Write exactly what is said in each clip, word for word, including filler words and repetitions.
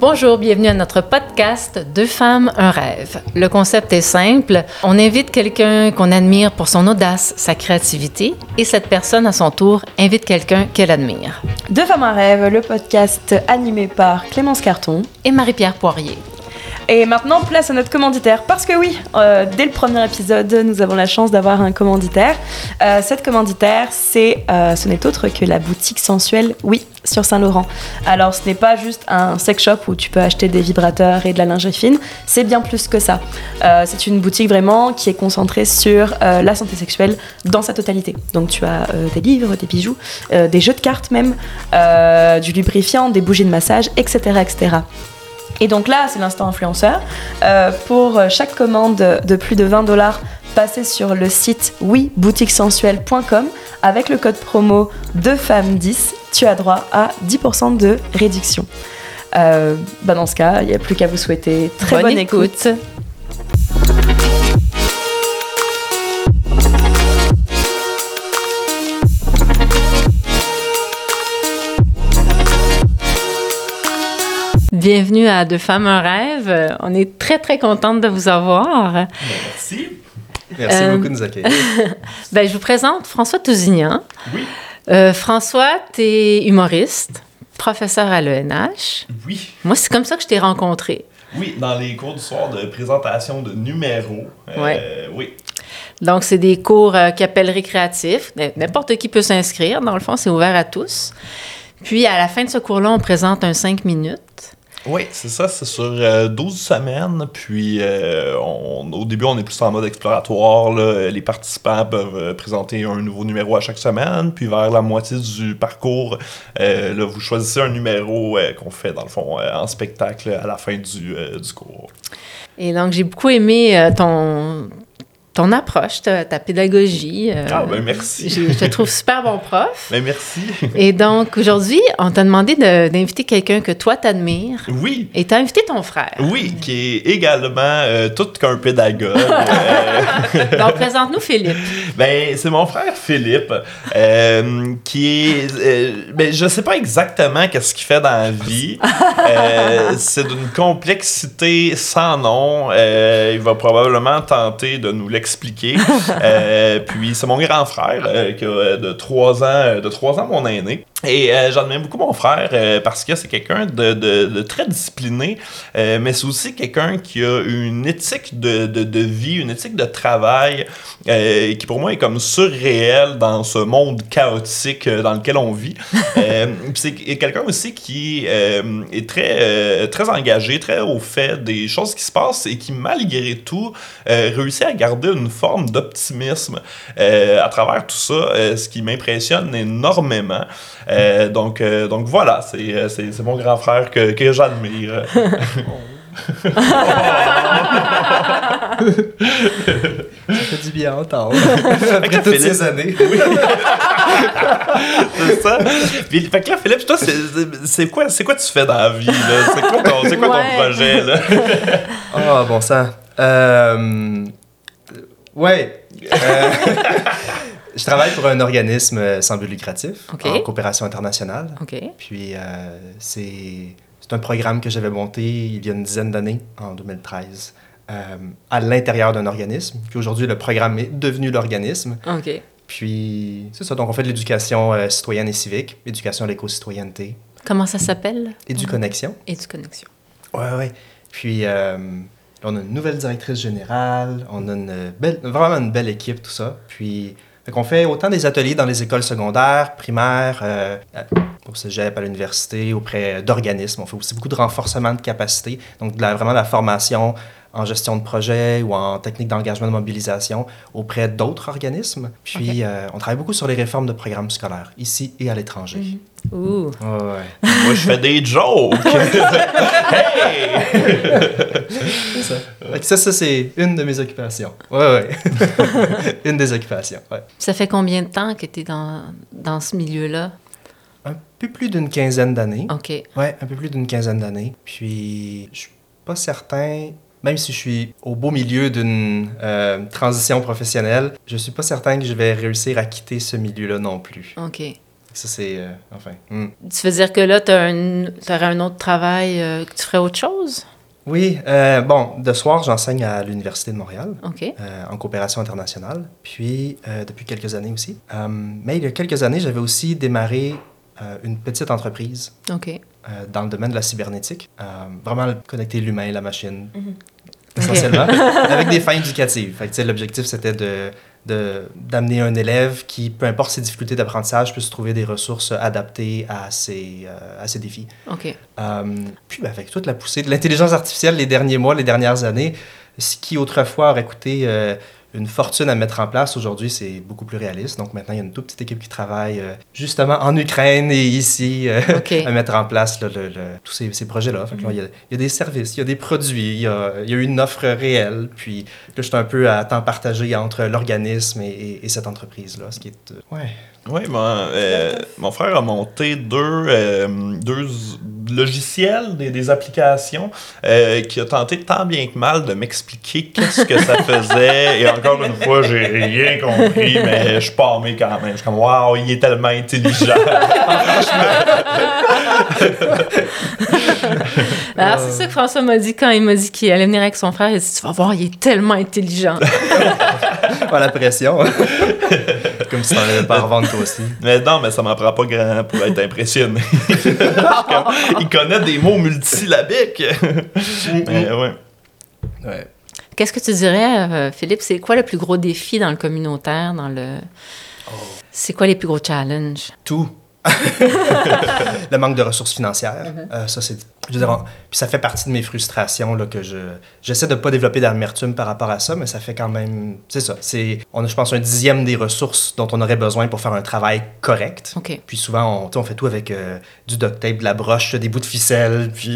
Bonjour, bienvenue à notre podcast « Deux femmes, un rêve ». Le concept est simple. On invite quelqu'un qu'on admire pour son audace, sa créativité, et cette personne, à son tour, invite quelqu'un qu'elle admire. Deux femmes, un rêve, le podcast animé par Clémence Carton et Marie-Pierre Poirier. Et maintenant, place à notre commanditaire. Parce que oui, euh, dès le premier épisode, nous avons la chance d'avoir un commanditaire. Euh, cette commanditaire, c'est, euh, ce n'est autre que la boutique sensuelle, oui, sur Saint-Laurent. Alors, ce n'est pas juste un sex shop où tu peux acheter des vibrateurs et de la lingerie fine. C'est bien plus que ça. Euh, c'est une boutique vraiment qui est concentrée sur euh, la santé sexuelle dans sa totalité. Donc, tu as euh, des livres, des bijoux, euh, des jeux de cartes même, euh, du lubrifiant, des bougies de massage, et cetera, et cetera. Et donc là, c'est l'instant influenceur. Euh, pour chaque commande de plus de vingt dollars, passez sur le site oui boutique sensuelle point com avec le code promo deux femmes dix. Tu as droit à dix pour cent de réduction. Euh, bah dans ce cas, il n'y a plus qu'à vous souhaiter très bonne, bonne écoute. écoute. Bienvenue à Deux femmes, un rêve. On est très, très contente de vous avoir. Merci. Merci euh, beaucoup de nous accueillir. ben, je vous présente François Tousignan. Oui. Euh, François, tu es humoriste, professeur à l'E N H. Oui. Moi, c'est comme ça que je t'ai rencontré. Oui, dans les cours du soir de présentation de numéros. Euh, ouais. Oui. Donc, c'est des cours euh, qui appellent récréatifs. N'importe qui peut s'inscrire. Dans le fond, c'est ouvert à tous. Puis, à la fin de ce cours-là, on présente un cinq minutes. Oui, c'est ça, c'est sur euh, douze semaines, puis euh, on, au début, on est plus en mode exploratoire, là. Les participants peuvent euh, présenter un nouveau numéro à chaque semaine, puis vers la moitié du parcours, euh, là, vous choisissez un numéro euh, qu'on fait, dans le fond, euh, en spectacle à la fin du, euh, du cours. Et donc, j'ai beaucoup aimé euh, ton... ton approche, ta, ta pédagogie. Euh, ah, ben merci. Je te trouve super bon prof. Ben merci. Et donc, aujourd'hui, on t'a demandé de, d'inviter quelqu'un que toi, t'admires. Oui. Et t'as invité ton frère. Oui, qui est également euh, tout qu'un pédagogue. euh... Donc, présente-nous Philippe. Ben, c'est mon frère Philippe, euh, qui est... Euh, ben, je sais pas exactement qu'est-ce qu'il fait dans la vie. Euh, c'est d'une complexité sans nom. Euh, il va probablement tenter de nous l'expliquer. expliquer. euh, puis c'est mon grand frère euh, qui a de trois ans, de trois ans mon aîné. Et euh, j'admire beaucoup mon frère euh, parce que c'est quelqu'un de, de, de très discipliné, euh, mais c'est aussi quelqu'un qui a une éthique de, de, de vie, une éthique de travail euh, qui pour moi est comme surréelle dans ce monde chaotique dans lequel on vit. euh, c'est quelqu'un aussi qui euh, est très, euh, très engagé, très au fait des choses qui se passent et qui malgré tout euh, réussit à garder une forme d'optimisme euh, à travers tout ça, euh, ce qui m'impressionne énormément. Euh, donc, euh, donc voilà, c'est, c'est, c'est mon grand frère que, que j'admire. Ça fait du bien à entendre. Après toutes ces années. Oui. C'est ça. Puis, fait que là, Philippe, toi, c'est, c'est, quoi, c'est quoi tu fais dans la vie? Là? C'est quoi ton, c'est quoi ton ouais. projet? Là? Oh, bon sang. Euh... Ouais. Euh... Je travaille pour un organisme sans but lucratif, okay. en coopération internationale. Okay. Puis euh, c'est, c'est un programme que j'avais monté il y a une dizaine d'années, en deux mille treize, euh, à l'intérieur d'un organisme. Puis aujourd'hui, le programme est devenu l'organisme. Okay. Puis c'est ça, donc on fait de l'éducation euh, citoyenne et civique, l'éducation à l'éco-citoyenneté. Comment ça s'appelle? Éduconnexion. Éduconnexion. Ouais, ouais. Puis euh, on a une nouvelle directrice générale, on a une belle, vraiment une belle équipe, tout ça. Puis... Fait qu'on fait autant des ateliers dans les écoles secondaires, primaires, euh, au cégep, à l'université, auprès d'organismes. On fait aussi beaucoup de renforcement de capacité, donc de la, vraiment de la formation en gestion de projet ou en technique d'engagement de mobilisation auprès d'autres organismes. Puis, okay. euh, on travaille beaucoup sur les réformes de programmes scolaires, ici et à l'étranger. Mm-hmm. Ouh. Oh, ouais. Moi, je fais des jokes! Hey! C'est ça. ça. Ça, c'est une de mes occupations. Ouais, ouais. Une des occupations, ouais. Ça fait combien de temps que tu es dans, dans ce milieu-là? Un peu plus d'une quinzaine d'années. OK. Ouais, un peu plus d'une quinzaine d'années. Puis, je suis pas certain... Même si je suis au beau milieu d'une euh, transition professionnelle, je suis pas certain que je vais réussir à quitter ce milieu-là non plus. OK. Ça, c'est... Euh, enfin... Mm. Tu veux dire que là, tu aurais un autre travail, euh, que tu ferais autre chose? Oui. Euh, bon, de soir, j'enseigne à l'Université de Montréal, OK. euh, en coopération internationale, puis euh, depuis quelques années aussi. Euh, mais il y a quelques années, j'avais aussi démarré euh, une petite entreprise OK. euh, dans le domaine de la cybernétique. Euh, vraiment connecter l'humain et la machine, Mm-hmm. essentiellement, avec des fins éducatives. Fait que, tu sais, l'objectif, c'était de, de, d'amener un élève qui, peu importe ses difficultés d'apprentissage, puisse trouver des ressources adaptées à ses, euh, à ses défis. OK. Euh, puis, ben, avec toute la poussée de l'intelligence artificielle les derniers mois, les dernières années, ce qui autrefois aurait coûté euh, une fortune à mettre en place, aujourd'hui, c'est beaucoup plus réaliste. Donc maintenant, il y a une toute petite équipe qui travaille euh, justement en Ukraine et ici euh, Okay. à mettre en place là, le, le, tous ces, ces projets-là. Fait que, là, il y a, il y a des services, il y a des produits, il y a, il y a une offre réelle. Puis là, je suis un peu à temps partagé entre l'organisme et, et, et cette entreprise-là, ce qui est... Euh, ouais. Oui, mon, euh, mon frère a monté deux, euh, deux logiciels, des, des applications, euh, qui a tenté tant bien que mal de m'expliquer qu'est-ce que ça faisait. Et encore une fois, j'ai rien compris, mais je suis pâmé quand même. Je suis comme, waouh, il est tellement intelligent. Alors, c'est ça que François m'a dit quand il m'a dit qu'il allait venir avec son frère. Il a dit, tu vas voir, il est tellement intelligent. Pas la pression. Comme si t'en avais pas à revendre toi aussi. Mais non, mais ça m'en prend pas grand pour être impressionné. Il connaît des mots multisyllabiques. Mais ouais. Ouais. Qu'est-ce que tu dirais, euh, Philippe, c'est quoi le plus gros défi dans le communautaire, dans le... Oh. C'est quoi les plus gros challenges? Tout. Le manque de ressources financières. Mm-hmm. Euh, ça, c'est... Je veux dire, on... Puis ça fait partie de mes frustrations, là, que je... J'essaie de ne pas développer d'amertume par rapport à ça, mais ça fait quand même... C'est ça. C'est, on a, je pense, un dixième des ressources dont on aurait besoin pour faire un travail correct. Okay. Puis souvent, on, on fait tout avec euh, du duct tape, de la broche, des bouts de ficelle, puis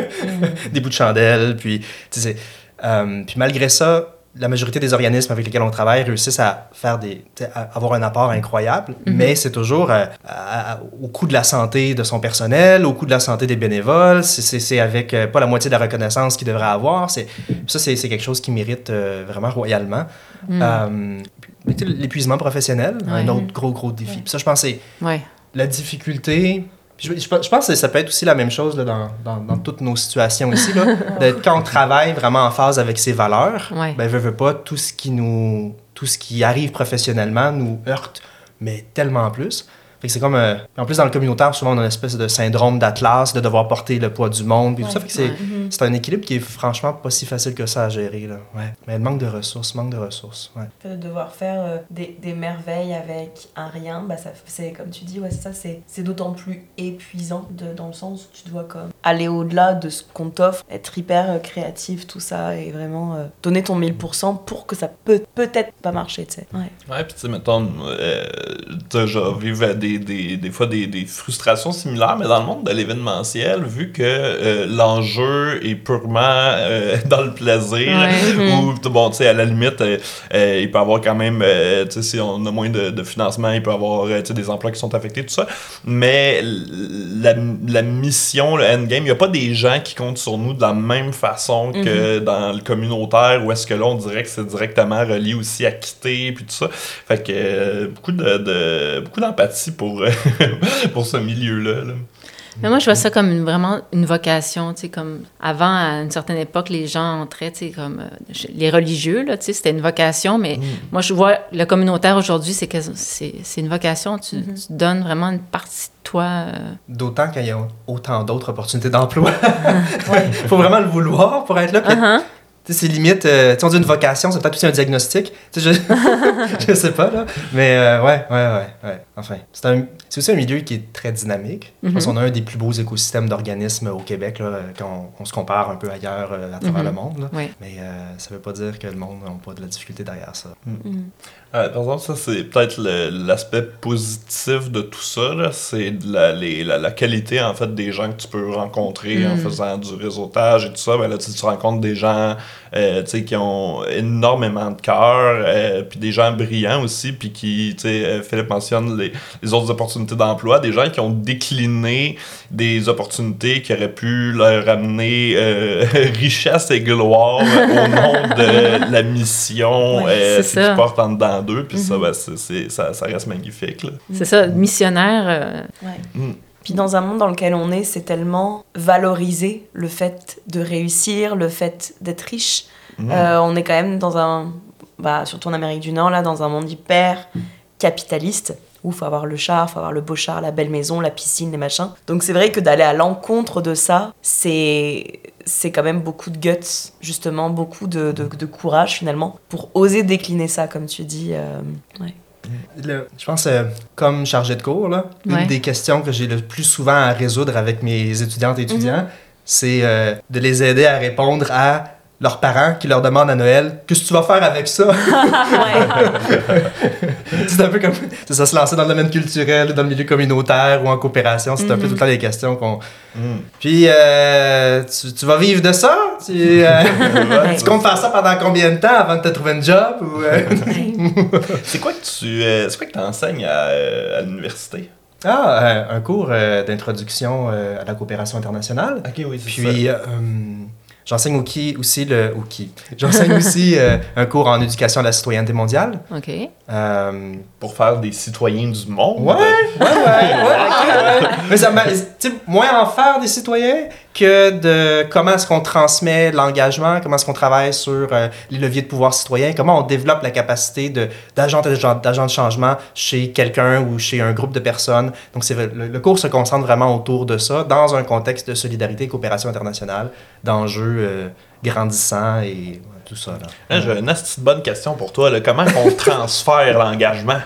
mm. des bouts de chandelle, puis... C'est, euh, puis malgré ça, la majorité des organismes avec lesquels on travaille réussissent à faire des, à avoir un apport incroyable, mm-hmm. mais c'est toujours euh, à, à, au coût de la santé de son personnel, au coût de la santé des bénévoles. C'est, c'est, c'est avec euh, pas la moitié de la reconnaissance qu'ils devraient avoir. C'est, ça, c'est, c'est quelque chose qui mérite euh, vraiment royalement. Mm. Euh, puis, l'épuisement professionnel, ouais. un autre gros, gros défi. Ouais. Puis ça, je pense, c'est ouais. la difficulté... Je, je, je pense que ça peut être aussi la même chose là, dans, dans, dans toutes nos situations ici. Là, d'être, quand on travaille vraiment en phase avec ses valeurs, ouais. ben, veut, veut pas, tout ce qui nous, tout ce qui arrive professionnellement nous heurte, mais tellement plus. Fait que c'est comme... Euh, en plus, dans le communautaire, souvent, on a une espèce de syndrome d'Atlas, de devoir porter le poids du monde, puis ouais, tout ça. Fait que c'est, ouais. c'est un équilibre qui est franchement pas si facile que ça à gérer, là. Ouais. Mais le manque de ressources, manque de ressources, ouais. De devoir faire euh, des, des merveilles avec un rien, bah ça, c'est comme tu dis, ouais, c'est ça, c'est, c'est d'autant plus épuisant, de, dans le sens où tu dois comme aller au-delà de ce qu'on t'offre, être hyper euh, créatif, tout ça, et vraiment euh, donner ton mille pour cent pour que ça peut peut-être pas marcher, tu sais. Ouais, ouais puis tu sais, mettons, euh, déjà vivre à des Des, des, des fois des, des frustrations similaires, mais dans le monde de l'événementiel, vu que euh, l'enjeu est purement euh, dans le plaisir, ouais. ou bon, tu sais, à la limite, euh, euh, il peut y avoir quand même, euh, tu sais, si on a moins de, de financement, il peut y avoir euh, des emplois qui sont affectés, tout ça, mais la, la mission, le endgame, il n'y a pas des gens qui comptent sur nous de la même façon que mm-hmm. dans le communautaire, où est-ce que là, on dirait que c'est directement relié aussi à quitter, puis tout ça. Fait que euh, beaucoup de, de beaucoup d'empathie pour, pour ce milieu-là. Là. Mais moi, je vois ça comme une, vraiment une vocation, tu sais, comme avant, à une certaine époque, les gens entraient, tu sais, comme euh, les religieux, là, tu sais, c'était une vocation, mais mm. moi, je vois le communautaire aujourd'hui, c'est, que, c'est, c'est une vocation, tu, mm-hmm. tu donnes vraiment une partie de toi. Euh... D'autant qu'il y a autant d'autres opportunités d'emploi. Il ouais. faut vraiment le vouloir pour être là. Puis... Uh-huh. C'est limite, euh, tu sais, on dit une vocation, c'est peut-être aussi un diagnostic. Tu sais, je, je sais pas, là. Mais euh, ouais, ouais, ouais, ouais. Enfin, c'est, un, c'est aussi un milieu qui est très dynamique. Mm-hmm. Je pense qu'on a un des plus beaux écosystèmes d'organismes au Québec, là, quand on, on se compare un peu ailleurs euh, à travers mm-hmm. le monde. Là. Oui. Mais euh, ça veut pas dire que le monde n'a pas de la difficulté derrière ça. Mm. Euh, par exemple, ça, c'est peut-être le, l'aspect positif de tout ça, là. C'est de la, les, la, la qualité, en fait, des gens que tu peux rencontrer mm. en faisant du réseautage et tout ça. Ben là, tu, tu rencontres des gens euh, tu sais, qui ont énormément de cœur, euh, puis des gens brillants aussi, puis qui, tu sais, euh, Philippe mentionne les, les autres opportunités d'emploi, des gens qui ont décliné des opportunités qui auraient pu leur amener euh, richesse et gloire au nom de la mission Ouais, euh, c'est qui ça. porte en dedans d'eux, puis Mm-hmm. ça, ben, c'est, c'est, ça, ça reste magnifique, là. C'est ça, missionnaire. euh, Ouais. Mm. Puis dans un monde dans lequel on est, c'est tellement valorisé le fait de réussir, le fait d'être riche. Mm. Euh, on est quand même dans un, bah, surtout en Amérique du Nord, là, dans un monde hyper capitaliste, où il faut avoir le char, il faut avoir le beau char, la belle maison, la piscine, les machins. Donc c'est vrai que d'aller à l'encontre de ça, c'est, c'est quand même beaucoup de guts, justement, beaucoup de, de, de courage finalement, pour oser décliner ça, comme tu dis. Euh, ouais. Le- je pense, euh, comme chargé de cours, là, Ouais. une des questions que j'ai le plus souvent à résoudre avec mes étudiantes et étudiants, c'est euh, de les aider à répondre à leurs parents qui leur demandent à Noël « Qu'est-ce que tu vas faire avec ça? » C'est un peu comme c'est ça, se lancer dans le domaine culturel, dans le milieu communautaire ou en coopération. C'est un peu tout le temps les questions qu'on... Mm. Puis, euh, tu, tu vas vivre de ça? Tu, euh, tu comptes faire ça pendant combien de temps avant de te trouver un job? Ou, euh? C'est quoi que tu euh, c'est quoi que t'enseignes à, euh, à l'université? Ah, euh, un cours euh, d'introduction euh, à la coopération internationale. Ok, oui, c'est Puis, euh, j'enseigne au qui- aussi le... Au qui? J'enseigne aussi euh, un cours en éducation à la citoyenneté mondiale. OK. Euh, pour faire des citoyens du monde. Ouais, ouais, ouais, ouais, ouais, ouais. Mais ça m'a, tu sais, moins en faire des citoyens que de comment est-ce qu'on transmet l'engagement, comment est-ce qu'on travaille sur euh, les leviers de pouvoir citoyen, comment on développe la capacité de, d'agent, d'agent de changement chez quelqu'un ou chez un groupe de personnes. Donc, c'est, le, le cours se concentre vraiment autour de ça, dans un contexte de solidarité et coopération internationale, d'enjeux euh, grandissants et ouais, tout ça. Là. Là, j'ai une petite bonne question pour toi. Là. Comment on transfère l'engagement?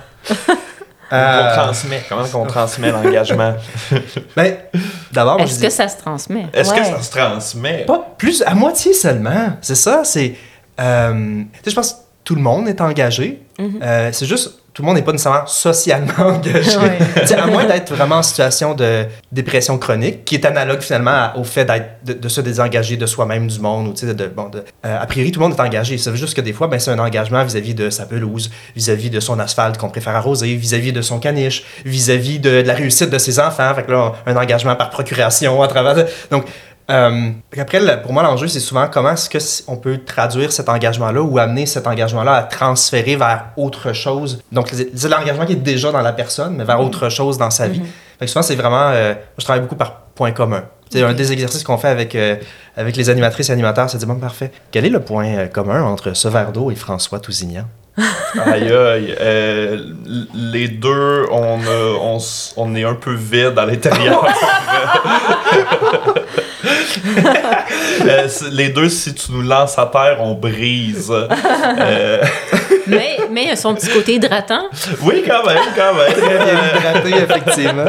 Euh, On transmet. Comment on transmet l'engagement? Ben, d'abord, moi, je Est-ce dis- que ça se transmet? Est-ce que Ouais. ça se transmet? Pas plus, à moitié seulement. C'est ça, c'est... Euh, tu sais, je pense que tout le monde est engagé. Mhm. Euh, c'est juste, tout le monde n'est pas nécessairement socialement engagé. Ouais. Tu sais, à moins d'être vraiment en situation de dépression chronique, qui est analogue finalement à- au fait d'être, de, de se désengager de soi-même, du monde. Ou, tu sais, de, bon, de, euh, a priori, tout le monde est engagé. Ça veut juste que des fois, ben, c'est un engagement vis-à-vis de sa pelouse, vis-à-vis de son asphalte qu'on préfère arroser, vis-à-vis de son caniche, vis-à-vis de, de la réussite de ses enfants. Fait que là, un engagement par procuration à travers... Donc, Euh, après, le- pour moi, l'enjeu, c'est souvent comment est-ce que si on peut traduire cet engagement-là ou amener cet engagement-là à transférer vers autre chose. Donc, c'est c'est l'engagement qui est déjà dans la personne, mais vers autre chose dans sa vie. Fait que souvent, c'est vraiment... euh, moi, je travaille beaucoup par point commun. C'est un des exercices qu'on fait avec, euh, avec les animatrices et animateurs. C'est de dire, bon, parfait. Quel est le point euh, commun entre ce verre d'eau et François Tousignan? Aïe, aïe. Euh, l- les deux, on, a- on, s- on est un peu vide à l'intérieur. Euh, c'est- les deux, si tu nous lances à terre, on brise. Euh, Mais, mais il y a son petit côté hydratant. oui, quand même, quand même. Très bien hydraté, effectivement.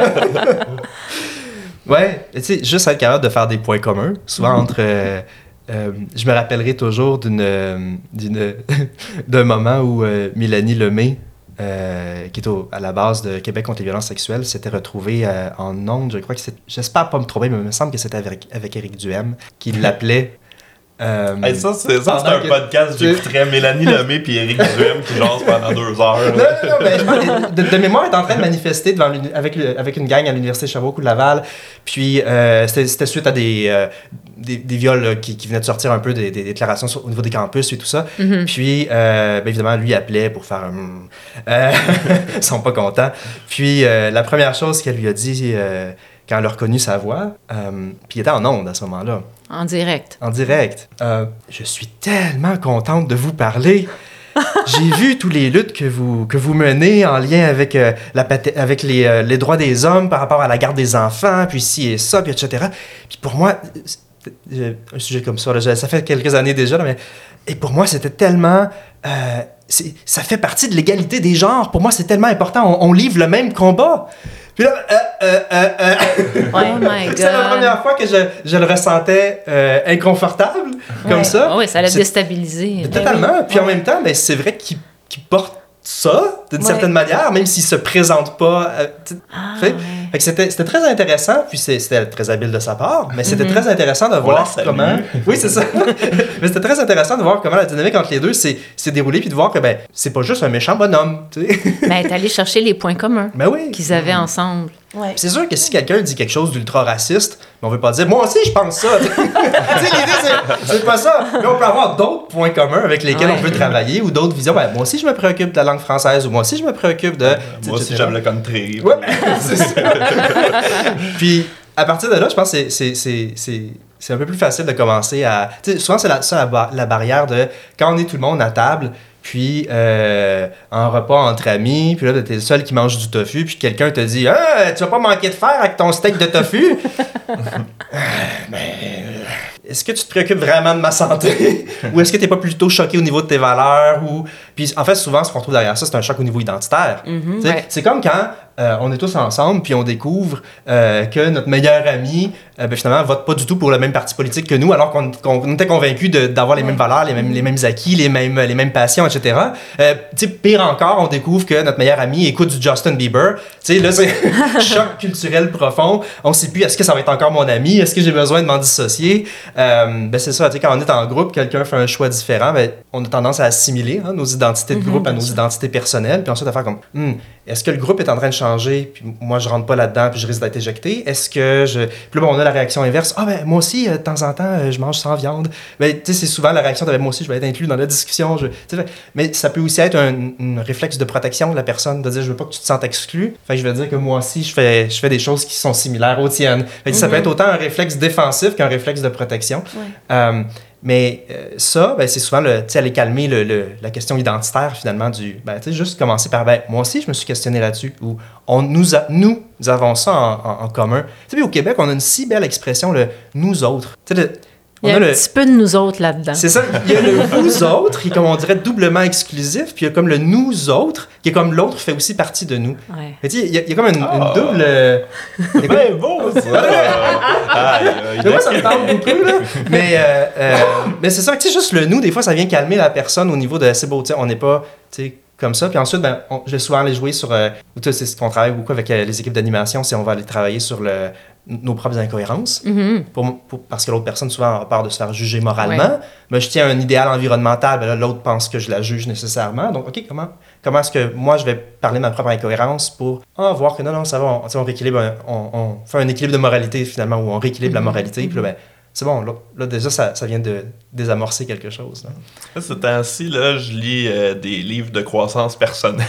Ouais, tu sais, juste être capable de faire des points communs, souvent entre... euh, euh, je me rappellerai toujours d'une, euh, d'une, d'un moment où euh, Mélanie Lemay, euh, qui est au- à la base de Québec contre les violences sexuelles, s'était retrouvée euh, en ondes. Je crois que c'est... J'espère pas me tromper, mais il me semble que c'était avec, avec Éric Duhem, qui l'appelait... euh, Hey, ça, c'est, ça, c'est pendant un que- podcast. J'écouterais Mélanie Lemay puis Éric Duhem qui jasent pendant deux heures. Non, non, non, mais je pense- de, de mémoire, elle est en train de manifester devant l'uni- avec, le- avec une gang à l'Université de Sherbrooke ou de Laval. Puis, euh, c'était, c'était suite à des, euh, des, des viols là, qui, qui venaient de sortir un peu des, des déclarations sur- au niveau des campus et tout ça. Mhm. Puis, euh, ben, évidemment, lui appelait pour faire un... Euh, ils sont pas contents. Puis, euh, la première chose qu'elle lui a dit euh, quand elle a reconnu sa voix, euh, puis il était en ondes à ce moment-là, En direct. en direct. Euh, je suis tellement contente de vous parler. J'ai vu tous les luttes que vous, que vous menez en lien avec, euh, la pata- avec les, euh, les droits des hommes par rapport à la garde des enfants, puis ci et ça, puis et cetera. Puis pour moi, c'est- euh, un sujet comme ça, là, je- ça fait quelques années déjà, là, mais et pour moi, c'était tellement... euh, c'est- ça fait partie de l'égalité des genres. Pour moi, c'est tellement important. On, on livre le même combat. Puis là, euh, euh, euh, euh. Oh my God. C'est la première fois que je, je le ressentais euh, inconfortable, comme Ouais. ça. Ah oui, ça l'a C'est- déstabilisé. Totalement. Puis en même temps, ben, c'est vrai qu'il qu'il porte ça, d'une Ouais. certaine manière, même s'il se présente pas. Euh, Ah, fait, ouais. fait que c'était, c'était très intéressant, puis c'est, c'était très habile de sa part, mais c'était Mm-hmm. très intéressant de la voir salue. comment... Oui, c'est ça. Mais c'était très intéressant de voir comment la dynamique entre les deux s'est, s'est déroulée, puis de voir que ben, c'est pas juste un méchant bonhomme, tu sais. Mais elle est allée chercher les points communs Ben oui. qu'ils avaient ensemble. Ouais. Puis c'est sûr que si quelqu'un dit quelque chose d'ultra raciste, on veut pas dire « Moi aussi, je pense ça! » Tu sais, l'idée, c'est, c'est pas ça. Mais on peut avoir d'autres points communs avec lesquels Ouais. on peut travailler ou d'autres visions. Ben, moi aussi, je me préoccupe de la langue française ou moi aussi, je me préoccupe de... Moi aussi, et cetera. j'aime le country. Ouais, c'est ça. Puis, à partir de là, je pense que c'est, c'est, c'est, c'est, c'est un peu plus facile de commencer à... Tu sais, souvent, c'est la, ça la, ba- la barrière de quand on est tout le monde à table, puis euh, en repas entre amis, puis là, t'es le seul qui mange du tofu, puis quelqu'un te dit « Ah, tu vas pas manquer de fer avec ton steak de tofu? » Ben, est-ce que tu te préoccupes vraiment de ma santé? Ou est-ce que t'es pas plutôt choqué au niveau de tes valeurs? Ou... Puis en fait, souvent, ce qu'on trouve derrière ça, c'est un choc au niveau identitaire. Mhm, Tu sais, ouais. C'est comme quand euh, on est tous ensemble, puis on découvre euh, que notre meilleur ami, euh, ben, finalement, vote pas du tout pour le même parti politique que nous, alors qu'on, qu'on était convaincus de, d'avoir les mêmes valeurs, les mêmes, les mêmes acquis, les mêmes, les mêmes passions, et cetera. Euh, tu sais, pire encore, on découvre que notre meilleur ami écoute du Justin Bieber. Tu sais, là, c'est choc culturel profond. On sait plus, est-ce que ça va être encore mon ami? Est-ce que j'ai besoin de m'en dissocier? Euh, ben c'est ça, tu sais, quand on est en groupe, quelqu'un fait un choix différent, ben, on a tendance à assimiler hein, nos identités de Mhm, groupe à bien nos sûr. identités personnelles, puis ensuite à faire comme, hmm, est-ce que le groupe est en train de changer, puis moi je rentre pas là-dedans, puis je risque d'être éjecté? Est-ce que je... Puis là, bon, on a la réaction inverse, ah ben moi aussi, euh, de temps en temps, euh, je mange sans viande. Ben, tu sais, c'est souvent la réaction de, ben, moi aussi, je vais être inclus dans la discussion. Je... tu sais, fait- Mais ça peut aussi être un, un réflexe de protection de la personne, de dire, je veux pas que tu te sentes exclu, fait que je vais dire que moi aussi, je fais, je fais des choses qui sont similaires aux tiennes. Fait que ça peut être autant un réflexe défensif qu'un réflexe de protection. Ouais. Euh, mais euh, ça, ben, c'est souvent le, tu sais, aller calmer le, le- la question identitaire finalement du, ben, tu sais, juste commencer par, ben, moi aussi je me suis questionné là-dessus, ou on, nous, a- nous avons ça en, en- en commun. Tu sais, puis au Québec, on a une si belle expression, le nous autres. Tu sais, le- Il y a on un a le- petit peu de nous autres là-dedans. c'est ça, il y a le vous autres qui est comme on dirait doublement exclusif, puis il y a comme le nous autres qui est comme l'autre fait aussi partie de nous. Ouais. Fait, tu sais, il y, a- il y a comme une, une Ah. double. euh, il y a comme- Ben beau, ça! Aïe, aïe, Mais moi, ça me parle beaucoup, là. Mais, euh, euh, mais c'est ça, tu sais, juste le nous, des fois, ça vient calmer la personne au niveau de c'est beau, tu sais, on n'est pas, tu sais, comme ça. Puis ensuite, ben, on- je vais souvent aller jouer sur. Euh, ou tu sais, c'est ce qu'on travaille beaucoup avec euh, les équipes d'animation, c'est on va aller travailler sur le, nos propres incohérences. Mhm. Pour, pour- parce que l'autre personne, souvent, a peur de se faire juger moralement. Mais je tiens à un idéal environnemental, ben là, l'autre pense que je la juge nécessairement. Donc, OK, comment, comment est-ce que moi, je vais parler de ma propre incohérence pour ah, voir que non, non, ça va, on, tu sais, on rééquilibre, un- on, on fait un équilibre de moralité, finalement, où on rééquilibre la moralité. Puis là, ben, c'est bon, là, là, déjà, ça, ça vient de désamorcer quelque chose. Là. Là, ce temps-ci, là, je lis euh, des livres de croissance personnelle.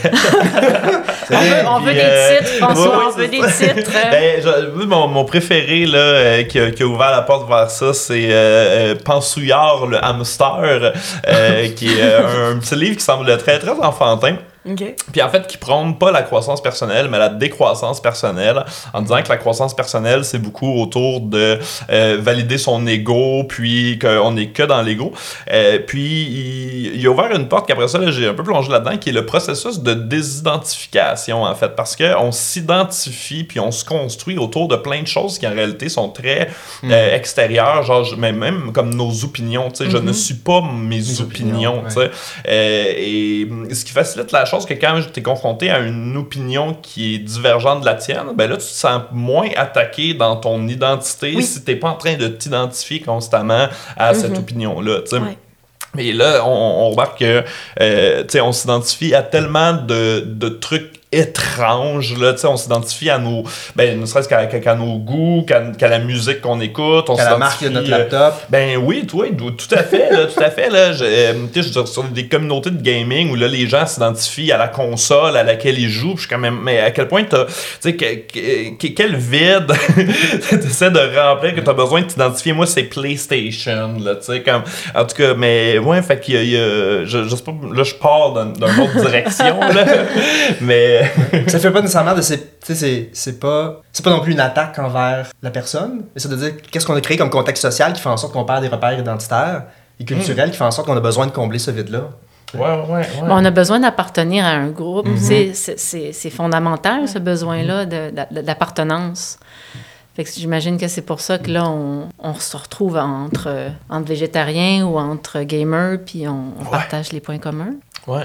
On veut, on veut Puis, des euh, titres, François, oui, oui, on veut c'est des ça. titres. Ben, je- mon, mon préféré là, euh, qui, a, qui a ouvert la porte vers ça, c'est euh, euh, Pansouillard, le hamster, euh, qui est euh, un petit livre qui semble très, très enfantin. OK. Puis en fait, qui prône pas la croissance personnelle, mais la décroissance personnelle, en disant que la croissance personnelle, c'est beaucoup autour de euh, valider son ego, puis qu'on n'est que dans l'ego. Euh, puis il, il a ouvert une porte qu'après ça, là, j'ai un peu plongé là-dedans, qui est le processus de désidentification, en fait, parce qu'on s'identifie, puis on se construit autour de plein de choses qui en réalité sont très euh, extérieures, genre je- même, même comme nos opinions, tu sais, je ne suis pas mes Mes opinions, opinions, tu sais. Euh, et ce qui facilite la chose, que quand tu es confronté à une opinion qui est divergente de la tienne, ben là, tu te sens moins attaqué dans ton identité Oui. si tu n'es pas en train de t'identifier constamment à cette opinion-là. tu sais. Ouais. Mais là, on, on remarque que euh, tu sais, on s'identifie à tellement de, de trucs étranges, là, tu sais, on s'identifie à nos, ben, ne serait-ce qu'à, qu'à nos goûts, qu'à, qu'à la musique qu'on écoute, on À la marque de s'identifie, notre euh, laptop. ben oui, toi, tout à fait, là, tout à fait, là, je, euh, tu sais, je veux dire, sur des communautés de gaming où là, les gens s'identifient à la console à laquelle ils jouent, puis je suis quand même, mais à quel point t'as, tu sais, que, que- que- quel vide t'essaies de remplir que t'as besoin de t'identifier. Moi, c'est PlayStation, là, tu sais, comme, en tout cas, mais ouais, fait qu'il y a, il y a- je, je sais pas, là, je pars dans, dans une autre direction, là, mais... Ça fait pas nécessairement de ces. Tu sais, c'est, c'est pas. C'est pas non plus une attaque envers la personne, mais c'est de dire qu'est-ce qu'on a créé comme contexte social qui fait en sorte qu'on perd des repères identitaires et culturels qui fait en sorte qu'on a besoin de combler ce vide-là. Ouais, ouais, ouais. Bon, on a besoin d'appartenir à un groupe. Mhm. C'est- c'est- C'est c'est fondamental, ce besoin-là de- de- d'appartenance. Fait que j'imagine que c'est pour ça que là, on, on se retrouve entre, entre végétariens ou entre gamers, puis on, on Ouais. partage les points communs. Ouais.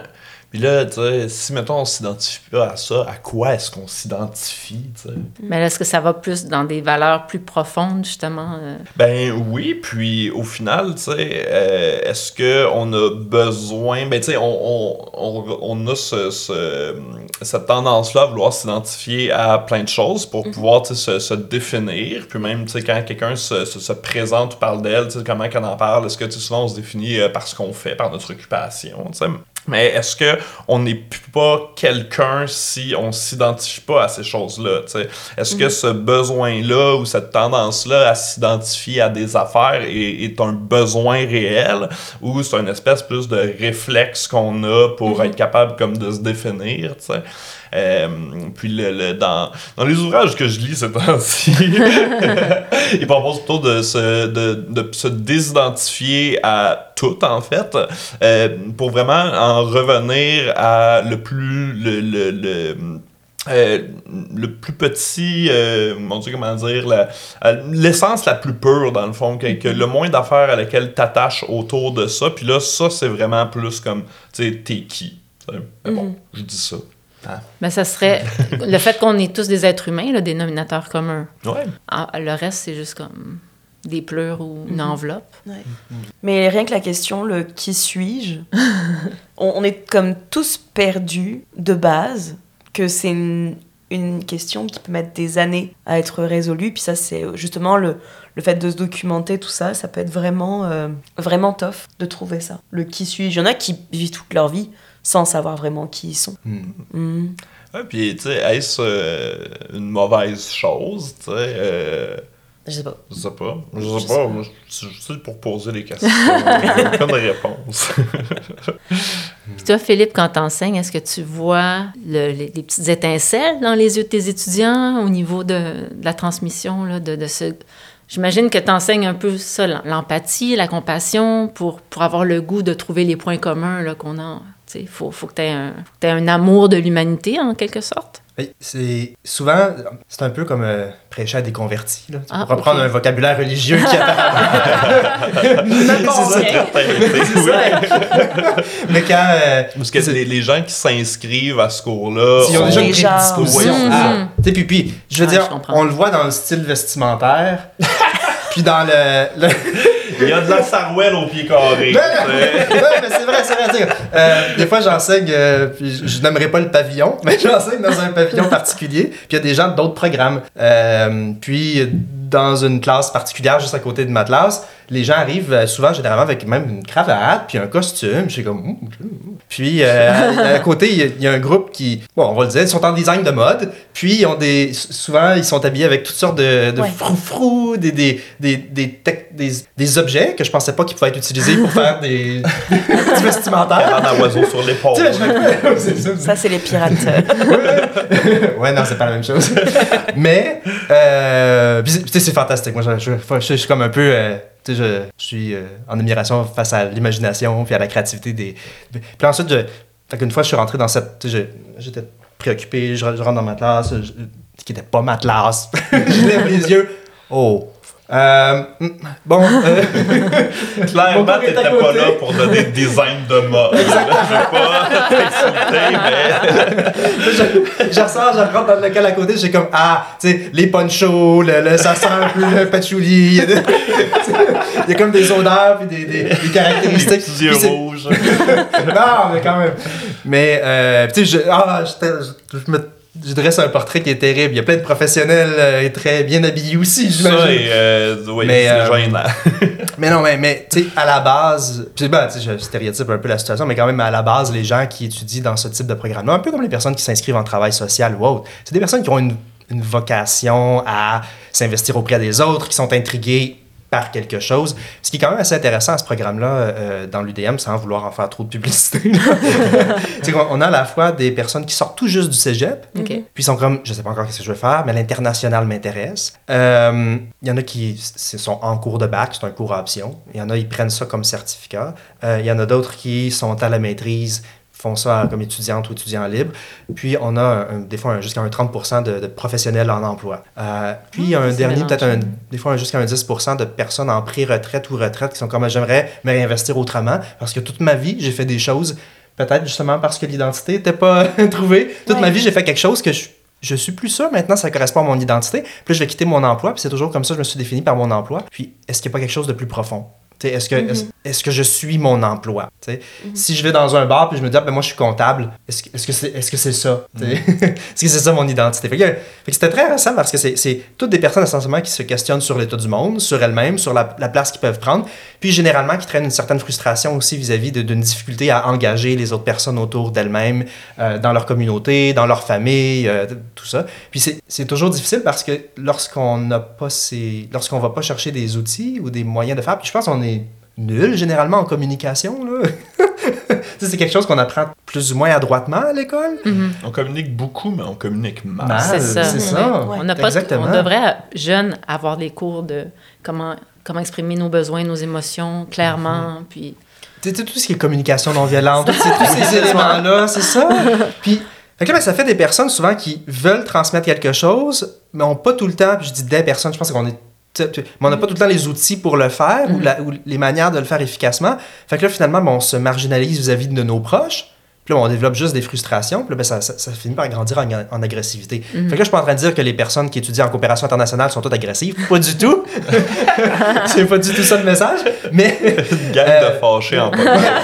Puis là, tu sais, si, mettons, on s'identifie pas à ça, à quoi est-ce qu'on s'identifie, tu sais? Mais là, est-ce que ça va plus dans des valeurs plus profondes, justement? Euh... Ben oui, puis au final, tu sais, euh, est-ce qu'on a besoin... Ben tu sais, on, on, on, on a ce, ce, cette tendance-là à vouloir s'identifier à plein de choses pour mm-hmm. pouvoir, tu sais, se, se définir. Puis même, tu sais, quand quelqu'un se, se, se présente ou parle d'elle, tu sais, comment qu'on en parle, est-ce que, tu sais, souvent, on se définit par ce qu'on fait, par notre occupation, tu sais? Mais est-ce qu'on n'est pas quelqu'un si on ne s'identifie pas à ces choses-là? T'sais? Est-ce mm-hmm. que ce besoin-là ou cette tendance-là à s'identifier à des affaires est, est un besoin réel ou c'est une espèce plus de réflexe qu'on a pour mm-hmm. être capable comme de se définir? T'sais? Euh, puis le, le, dans, dans les ouvrages que je lis ces temps-ci, ils proposent plutôt de se, de, de se désidentifier à tout, en fait, euh, pour vraiment en revenir à le plus... le, le, le Euh, le plus petit, euh, mon Dieu, comment dire, la, l'essence la plus pure, dans le fond, que, que le moins d'affaires à laquelle t'attaches autour de ça. Puis là, ça, c'est vraiment plus comme, tu sais, t'es qui? Mais bon, mm-hmm. je dis ça. Ah. Ben, ça serait le fait qu'on est tous des êtres humains, le dénominateur commun. Ouais. Ah, le reste, c'est juste comme des pleurs ou une mm-hmm. enveloppe. Ouais. Mm-hmm. Mais rien que la question, le « qui suis-je », on, on est comme tous perdus de base, que c'est une, une question qui peut mettre des années à être résolue. Puis ça, c'est justement le, le fait de se documenter, tout ça, ça peut être vraiment, euh, vraiment tough de trouver ça. Le « qui suis-je ». Il y en a qui vivent toute leur vie sans savoir vraiment qui ils sont. Mm. Mm. Ouais, puis, tu sais, est-ce euh, une mauvaise chose, tu sais? Euh... Je sais pas. Je sais pas. Je sais, je sais pas. pas. Moi, je suis pour poser les questions. Il pas de réponse. Puis toi, Philippe, quand t'enseignes, est-ce que tu vois le, les, les petites étincelles dans les yeux de tes étudiants au niveau de, de la transmission, là, de, de ce... J'imagine que tu enseignes un peu ça, l'empathie, la compassion, pour, pour avoir le goût de trouver les points communs là, qu'on a. Il faut, faut que tu aies un, un amour de l'humanité, en quelque sorte. Oui, c'est souvent, c'est un peu comme euh, prêcher à des convertis. Là. Ah, pour reprendre okay. un vocabulaire religieux qui apparemment... c'est ça. C'est ça. Mais quand... Euh, Parce que les, les gens qui s'inscrivent à ce cours-là... Ils ont déjà pris une disposition. Mm-hmm. Ah, puis, puis, je veux ah, dire, je on le voit dans le style vestimentaire, puis dans le... le... Il y a de la sarouelle au pied carré. Ouais, mais c'est vrai, c'est vrai. Euh, des fois, j'enseigne, euh, puis je, je n'aimerais pas le pavillon, mais j'enseigne dans un pavillon particulier, puis il y a des gens d'autres programmes. Euh, puis, dans une classe particulière, juste à côté de ma classe, les gens arrivent souvent, généralement, avec même une cravate, puis un costume. Je suis comme... Puis, euh, à, à côté, il y, y a un groupe qui, bon, on va le dire, ils sont en design de mode, puis ils ont des... Souvent, ils sont habillés avec toutes sortes de, de ouais. froufrous, des, des, des, des, tec, des, des objets que je pensais pas qu'ils pouvaient être utilisés pour faire des, des vestimentaires. Un oiseau sur l'épaule. Ça, c'est les pirates. Ouais, non, c'est pas la même chose. Mais, euh, tu sais, c'est fantastique. Moi, je, je, je, je suis comme un peu... Euh, tu sais, je, je suis euh, en admiration face à l'imagination puis à la créativité des... Puis ensuite, je, fait qu'une fois, je suis rentré dans cette... Tu sais, j'étais préoccupé, je, je rentre dans ma classe, je, qui n'était pas ma classe. Je lève les yeux. Oh... Euh, bon, euh, clairement, t'étais pas là pour donner des designs de mode. Je veux pas t'insulter, mais... je, je ressors, je rentre dans le local à côté, j'ai comme, ah, tu sais, les ponchos, le, le, ça sent un peu le patchouli. Il y a comme des odeurs puis des, des, des caractéristiques. Les petits yeux rouges. Non, mais quand même. Mais, euh, tu sais, je, ah, je, je, je me... Je dresse un portrait qui est terrible. Il y a plein de professionnels euh, et très bien habillés aussi, j'imagine. Ça, et, euh, oui, mais, c'est euh, gênant. mais non, mais, mais tu sais, à la base, puis ben, tu sais, je stéréotype un peu la situation, mais quand même, à la base, les gens qui étudient dans ce type de programme-là, un peu comme les personnes qui s'inscrivent en travail social ou autre, c'est des personnes qui ont une, une vocation à s'investir auprès des autres, qui sont intriguées par quelque chose. Ce qui est quand même assez intéressant à ce programme-là euh, dans l'U D M, sans vouloir en faire trop de publicité. C'est qu'on a à la fois des personnes qui sortent tout juste du cégep, okay. puis ils sont comme, je sais pas encore ce que je veux faire, mais l'international m'intéresse. Euh, il y en a qui sont en cours de bac, c'est un cours à option. Il y en a, ils prennent ça comme certificat. Euh, il y en a d'autres qui sont à la maîtrise, font ça comme étudiantes ou étudiants libres. Puis, on a un, un, des fois un, jusqu'à un trente pour cent de, de professionnels en emploi. Euh, puis, il y a un dernier, peut-être un, des fois un, jusqu'à un dix pour cent de personnes en pré-retraite ou retraite qui sont comme, j'aimerais me réinvestir autrement parce que toute ma vie, j'ai fait des choses peut-être justement parce que l'identité n'était pas trouvée. Toute ouais. ma vie, j'ai fait quelque chose que je, je suis plus ça. Maintenant, ça correspond à mon identité. Puis là, je vais quitter mon emploi. Puis c'est toujours comme ça que je me suis défini par mon emploi. Puis est-ce qu'il n'y a pas quelque chose de plus profond? T'sais, est-ce que, mm-hmm. est-ce, est-ce que je suis mon emploi? Mm-hmm. Si je vais dans un bar puis je me dis, ah, ben moi je suis comptable, est-ce que, est-ce que, c'est, est-ce que c'est ça? Mm-hmm. Est-ce que c'est ça mon identité? Fait que, fait que c'était très récent parce que c'est, c'est toutes des personnes essentiellement qui se questionnent sur l'état du monde, sur elles-mêmes, sur la, la place qu'ils peuvent prendre, puis généralement qui traînent une certaine frustration aussi vis-à-vis de, d'une difficulté à engager les autres personnes autour d'elles-mêmes, euh, dans leur communauté, dans leur famille, euh, tout ça. Puis c'est, c'est toujours difficile parce que lorsqu'on n'a pas ces... lorsqu'on va pas chercher des outils ou des moyens de faire, puis je pense qu'on est nul généralement en communication, là. C'est quelque chose qu'on apprend plus ou moins adroitement à l'école. Mm-hmm. On communique beaucoup, mais on communique mal. mal c'est ça. C'est ça. Ouais. On, n'a pas t- on devrait, jeunes, avoir des cours de comment, comment exprimer nos besoins, nos émotions clairement. Mm-hmm. Puis... Tu sais, tout ce qui est communication non violente, tous ces, ces éléments-là, c'est ça. Puis, fait que là, ben, ça fait des personnes souvent qui veulent transmettre quelque chose, mais n'ont pas tout le temps, puis je dis des personnes, je pense qu'on est mais on n'a pas tout le temps les outils pour le faire mm-hmm. ou, la, ou les manières de le faire efficacement. Fait que là, finalement, ben, on se marginalise vis-à-vis de nos proches. Puis là, on développe juste des frustrations. Puis là, ben, ça, ça, ça finit par grandir en, en agressivité. Mm-hmm. Fait que là, je suis pas en train de dire que les personnes qui étudient en coopération internationale sont toutes agressives. Pas du tout. C'est pas du tout ça le message. Mais... Une gang euh... de fâchés en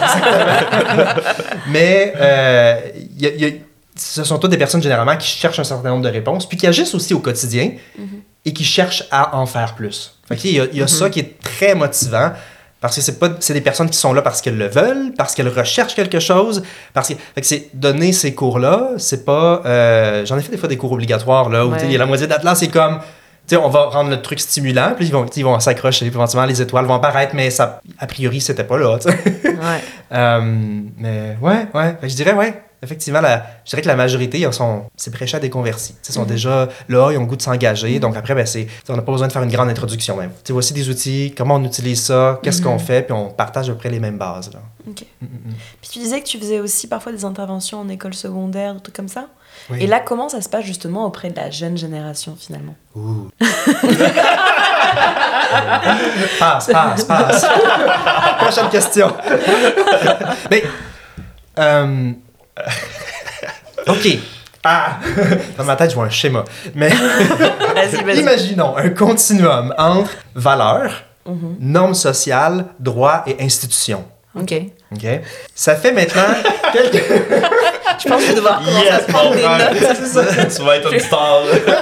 Mais euh, y a, y a, ce sont toutes des personnes, généralement, qui cherchent un certain nombre de réponses, puis qui agissent aussi au quotidien. Mm-hmm. Et qui cherchent à en faire plus. Fait qu'il y a, il y a mm-hmm. ça qui est très motivant, parce que c'est, pas, c'est des personnes qui sont là parce qu'elles le veulent, parce qu'elles recherchent quelque chose, parce que, fait que c'est donner ces cours-là, c'est pas... Euh, j'en ai fait des fois des cours obligatoires, là, où ouais. il y a la moitié d'Atlas, c'est comme... T'sais, on va rendre le truc stimulant, puis ils vont, ils vont s'accrocher, puis éventuellement les étoiles vont apparaître, mais ça, a priori, c'était pas là. Ouais. euh, mais ouais, ouais. Fait que je dirais, ouais, effectivement, la, je dirais que la majorité, ils sont, c'est prêchés à des convertis. Ils sont mm-hmm. déjà là, ils ont le goût de s'engager, mm-hmm. donc après, ben, c'est, on n'a pas besoin de faire une grande introduction. Même. T'sais, voici des outils, comment on utilise ça, qu'est-ce mm-hmm. qu'on fait, puis on partage à peu près les mêmes bases. Là. OK. Mm-hmm. Puis tu disais que tu faisais aussi parfois des interventions en école secondaire, des trucs comme ça. Oui. Et là, comment ça se passe justement auprès de la jeune génération, finalement? Ouh. passe, passe, passe. Prochaine question. Mais, euh, OK. Ah! Dans ma tête, je vois un schéma. Mais, vas-y, vas-y. Imaginons un continuum entre valeurs, mm-hmm. normes sociales, droits et institutions. OK. OK. Ça fait maintenant quelques... Je pense que je vais devoir commencer yes, à se prendre des notes. C'est ça. Tu vas être une star.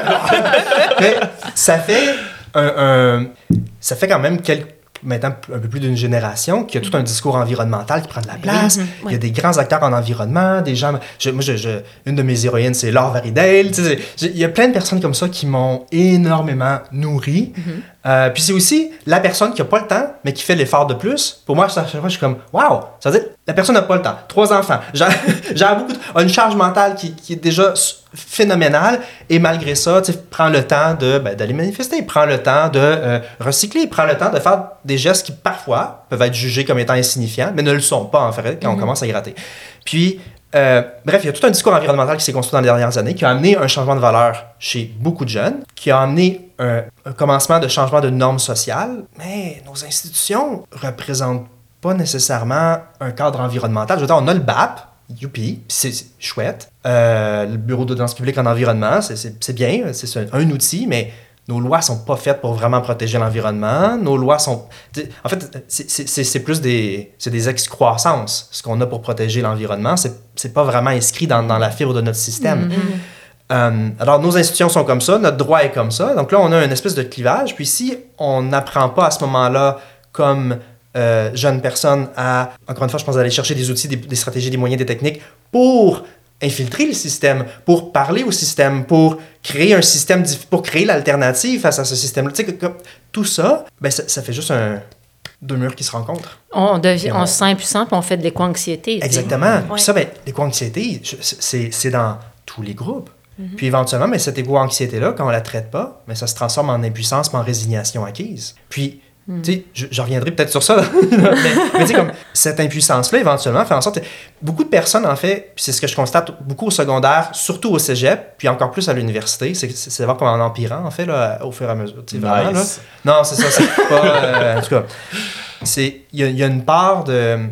Mais ça fait un, un... Ça fait quand même quelques... maintenant un peu plus d'une génération, qui a tout un discours environnemental qui prend de la place. Mm-hmm. Ouais. Il y a des grands acteurs en environnement, des gens... Je, moi, je, je, une de mes héroïnes, c'est Laure Varidel. Tu sais, il y a plein de personnes comme ça qui m'ont énormément nourri. Mm-hmm. Euh, puis c'est aussi la personne qui n'a pas le temps, mais qui fait l'effort de plus. Pour moi, à chaque fois, je suis comme « Wow! » Ça veut dire la personne n'a pas le temps. Trois enfants. J'ai, j'ai beaucoup de, a une charge mentale qui, qui est déjà phénoménale. Et malgré ça, tu sais, prend le temps de, ben, d'aller manifester, prend le temps de euh, recycler, prend le temps de faire des gestes qui, parfois, peuvent être jugés comme étant insignifiants, mais ne le sont pas, en fait, quand mm-hmm. on commence à gratter. Puis, Euh, bref, il y a tout un discours environnemental qui s'est construit dans les dernières années, qui a amené un changement de valeur chez beaucoup de jeunes, qui a amené un, un commencement de changement de normes sociales, mais nos institutions ne représentent pas nécessairement un cadre environnemental. Je veux dire, on a le B A P, youpi, c'est, c'est chouette. Euh, le Bureau d'audience publique en environnement, c'est, c'est, c'est bien, c'est un, un outil, mais nos lois sont pas faites pour vraiment protéger l'environnement. Nos lois sont... En fait, c'est, c'est, c'est plus des, c'est des excroissances, ce qu'on a pour protéger l'environnement. C'est, c'est pas vraiment inscrit dans, dans la fibre de notre système. Mm-hmm. Euh, alors, nos institutions sont comme ça, notre droit est comme ça. Donc là, on a une espèce de clivage. Puis si on n'apprend pas à ce moment-là, comme euh, jeune personne, à... Encore une fois, je pense aller chercher des outils, des, des stratégies, des moyens, des techniques pour... infiltrer le système, pour parler au système, pour créer un système, pour créer l'alternative face à ce système-là. Tu sais, tout ça, ben ça, ça fait juste un, deux murs qui se rencontrent. On, devient, on... on se sent impuissant, puis on fait de l'éco-anxiété. Exactement. Puis ouais. ça, ben, l'éco-anxiété, c'est, c'est dans tous les groupes. Mm-hmm. Puis éventuellement, mais cette éco-anxiété-là, quand on la traite pas, mais ça se transforme en impuissance, mais en résignation acquise. Puis, Mm. Tu sais, je, je reviendrai peut-être sur ça, mais, mais tu sais, comme cette impuissance-là, éventuellement, fait en sorte que beaucoup de personnes, en fait, puis c'est ce que je constate beaucoup au secondaire, surtout au cégep, puis encore plus à l'université, c'est, c'est, c'est de voir comme en empirant, en fait, là, au fur et à mesure. Tu sais, vraiment, nice. là. Non, c'est ça, c'est pas... Euh, en tout cas, il y, y a une part de...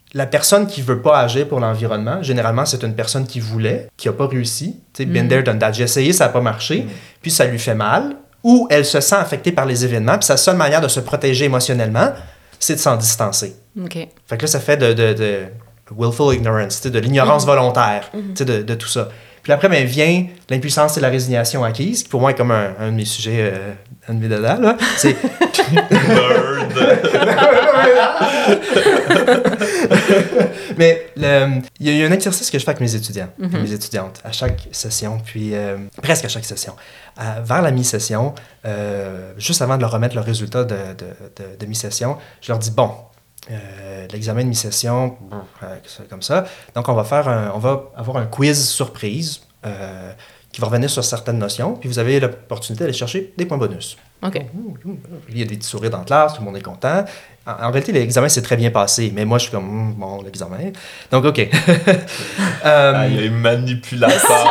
la personne qui veut pas agir pour l'environnement, généralement, c'est une personne qui voulait, qui a pas réussi. Tu sais, been there, done that. J'ai essayé, ça a pas marché, mm. puis ça lui fait mal, ou elle se sent affectée par les événements, puis sa seule manière de se protéger émotionnellement, c'est de s'en distancer. OK. Fait que là, ça fait de, de, de willful ignorance, tu sais, de l'ignorance mm. volontaire, mm. tu sais, de, de tout ça. Puis après, ben, vient l'impuissance et la résignation acquise, qui pour moi est comme un, un de mes sujets, euh, un de mes dadas, là. C'est... Mais il y a un exercice que je fais avec mes étudiants, mm-hmm. mes étudiantes, à chaque session, puis euh, presque à chaque session. Euh, vers la mi-session, euh, juste avant de leur remettre le résultat de, de, de, de mi-session, je leur dis, bon, Euh, l'examen de mi-session, euh, comme ça. Donc, on va, faire un, on va avoir un quiz surprise euh, qui va revenir sur certaines notions, puis vous avez l'opportunité d'aller chercher des points bonus. OK. Il y a des petits sourires dans la classe, tout le monde est content. En, en réalité, l'examen s'est très bien passé, mais moi, je suis comme, mm, bon, l'examen. Donc, OK. euh, ah, il y a une manipulation.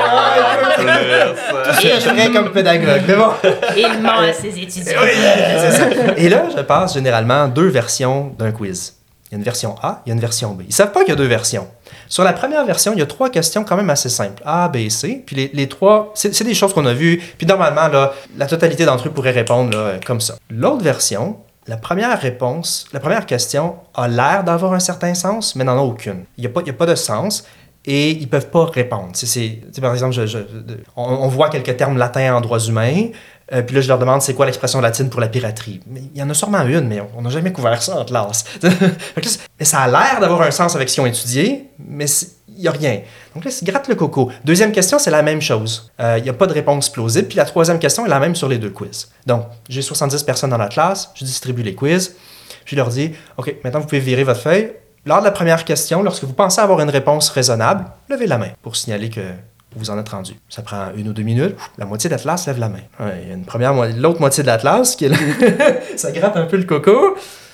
Je ferais comme pédagogue, mais bon. Il ment à ses étudiants. Oui, c'est ça. Et là, je passe généralement deux versions d'un quiz. Il y a une version A, il y a une version B. Ils ne savent pas qu'il y a deux versions. Sur la première version, il y a trois questions quand même assez simples. A, B, C. Puis les, les trois, c'est, c'est des choses qu'on a vues. Puis normalement, là, la totalité d'entre eux pourrait répondre là, comme ça. L'autre version, la première réponse, la première question a l'air d'avoir un certain sens, mais n'en a aucune. Il n'y a, a pas de sens. Et ils ne peuvent pas répondre. C'est, c'est, par exemple, je, je, on, on voit quelques termes latins en droits humains, euh, puis là, je leur demande c'est quoi l'expression latine pour la piraterie. Mais il y en a sûrement une, mais on n'a jamais couvert ça en classe. Mais ça a l'air d'avoir un sens avec ce qu'ils ont étudié, mais il n'y a rien. Donc là, c'est gratte le coco. Deuxième question, c'est la même chose. Il euh, n'y a pas de réponse plausible. Puis la troisième question est la même sur les deux quiz. Donc, j'ai soixante-dix personnes dans la classe, je distribue les quiz, puis je leur dis, OK, maintenant, vous pouvez virer votre feuille. Lors de la première question, lorsque vous pensez avoir une réponse raisonnable, levez la main pour signaler que vous en êtes rendu. Ça prend une ou deux minutes, la moitié de la classe lève la main. Ouais, il y a une première mo- l'autre moitié de la classe qui est là. Ça gratte un peu le coco.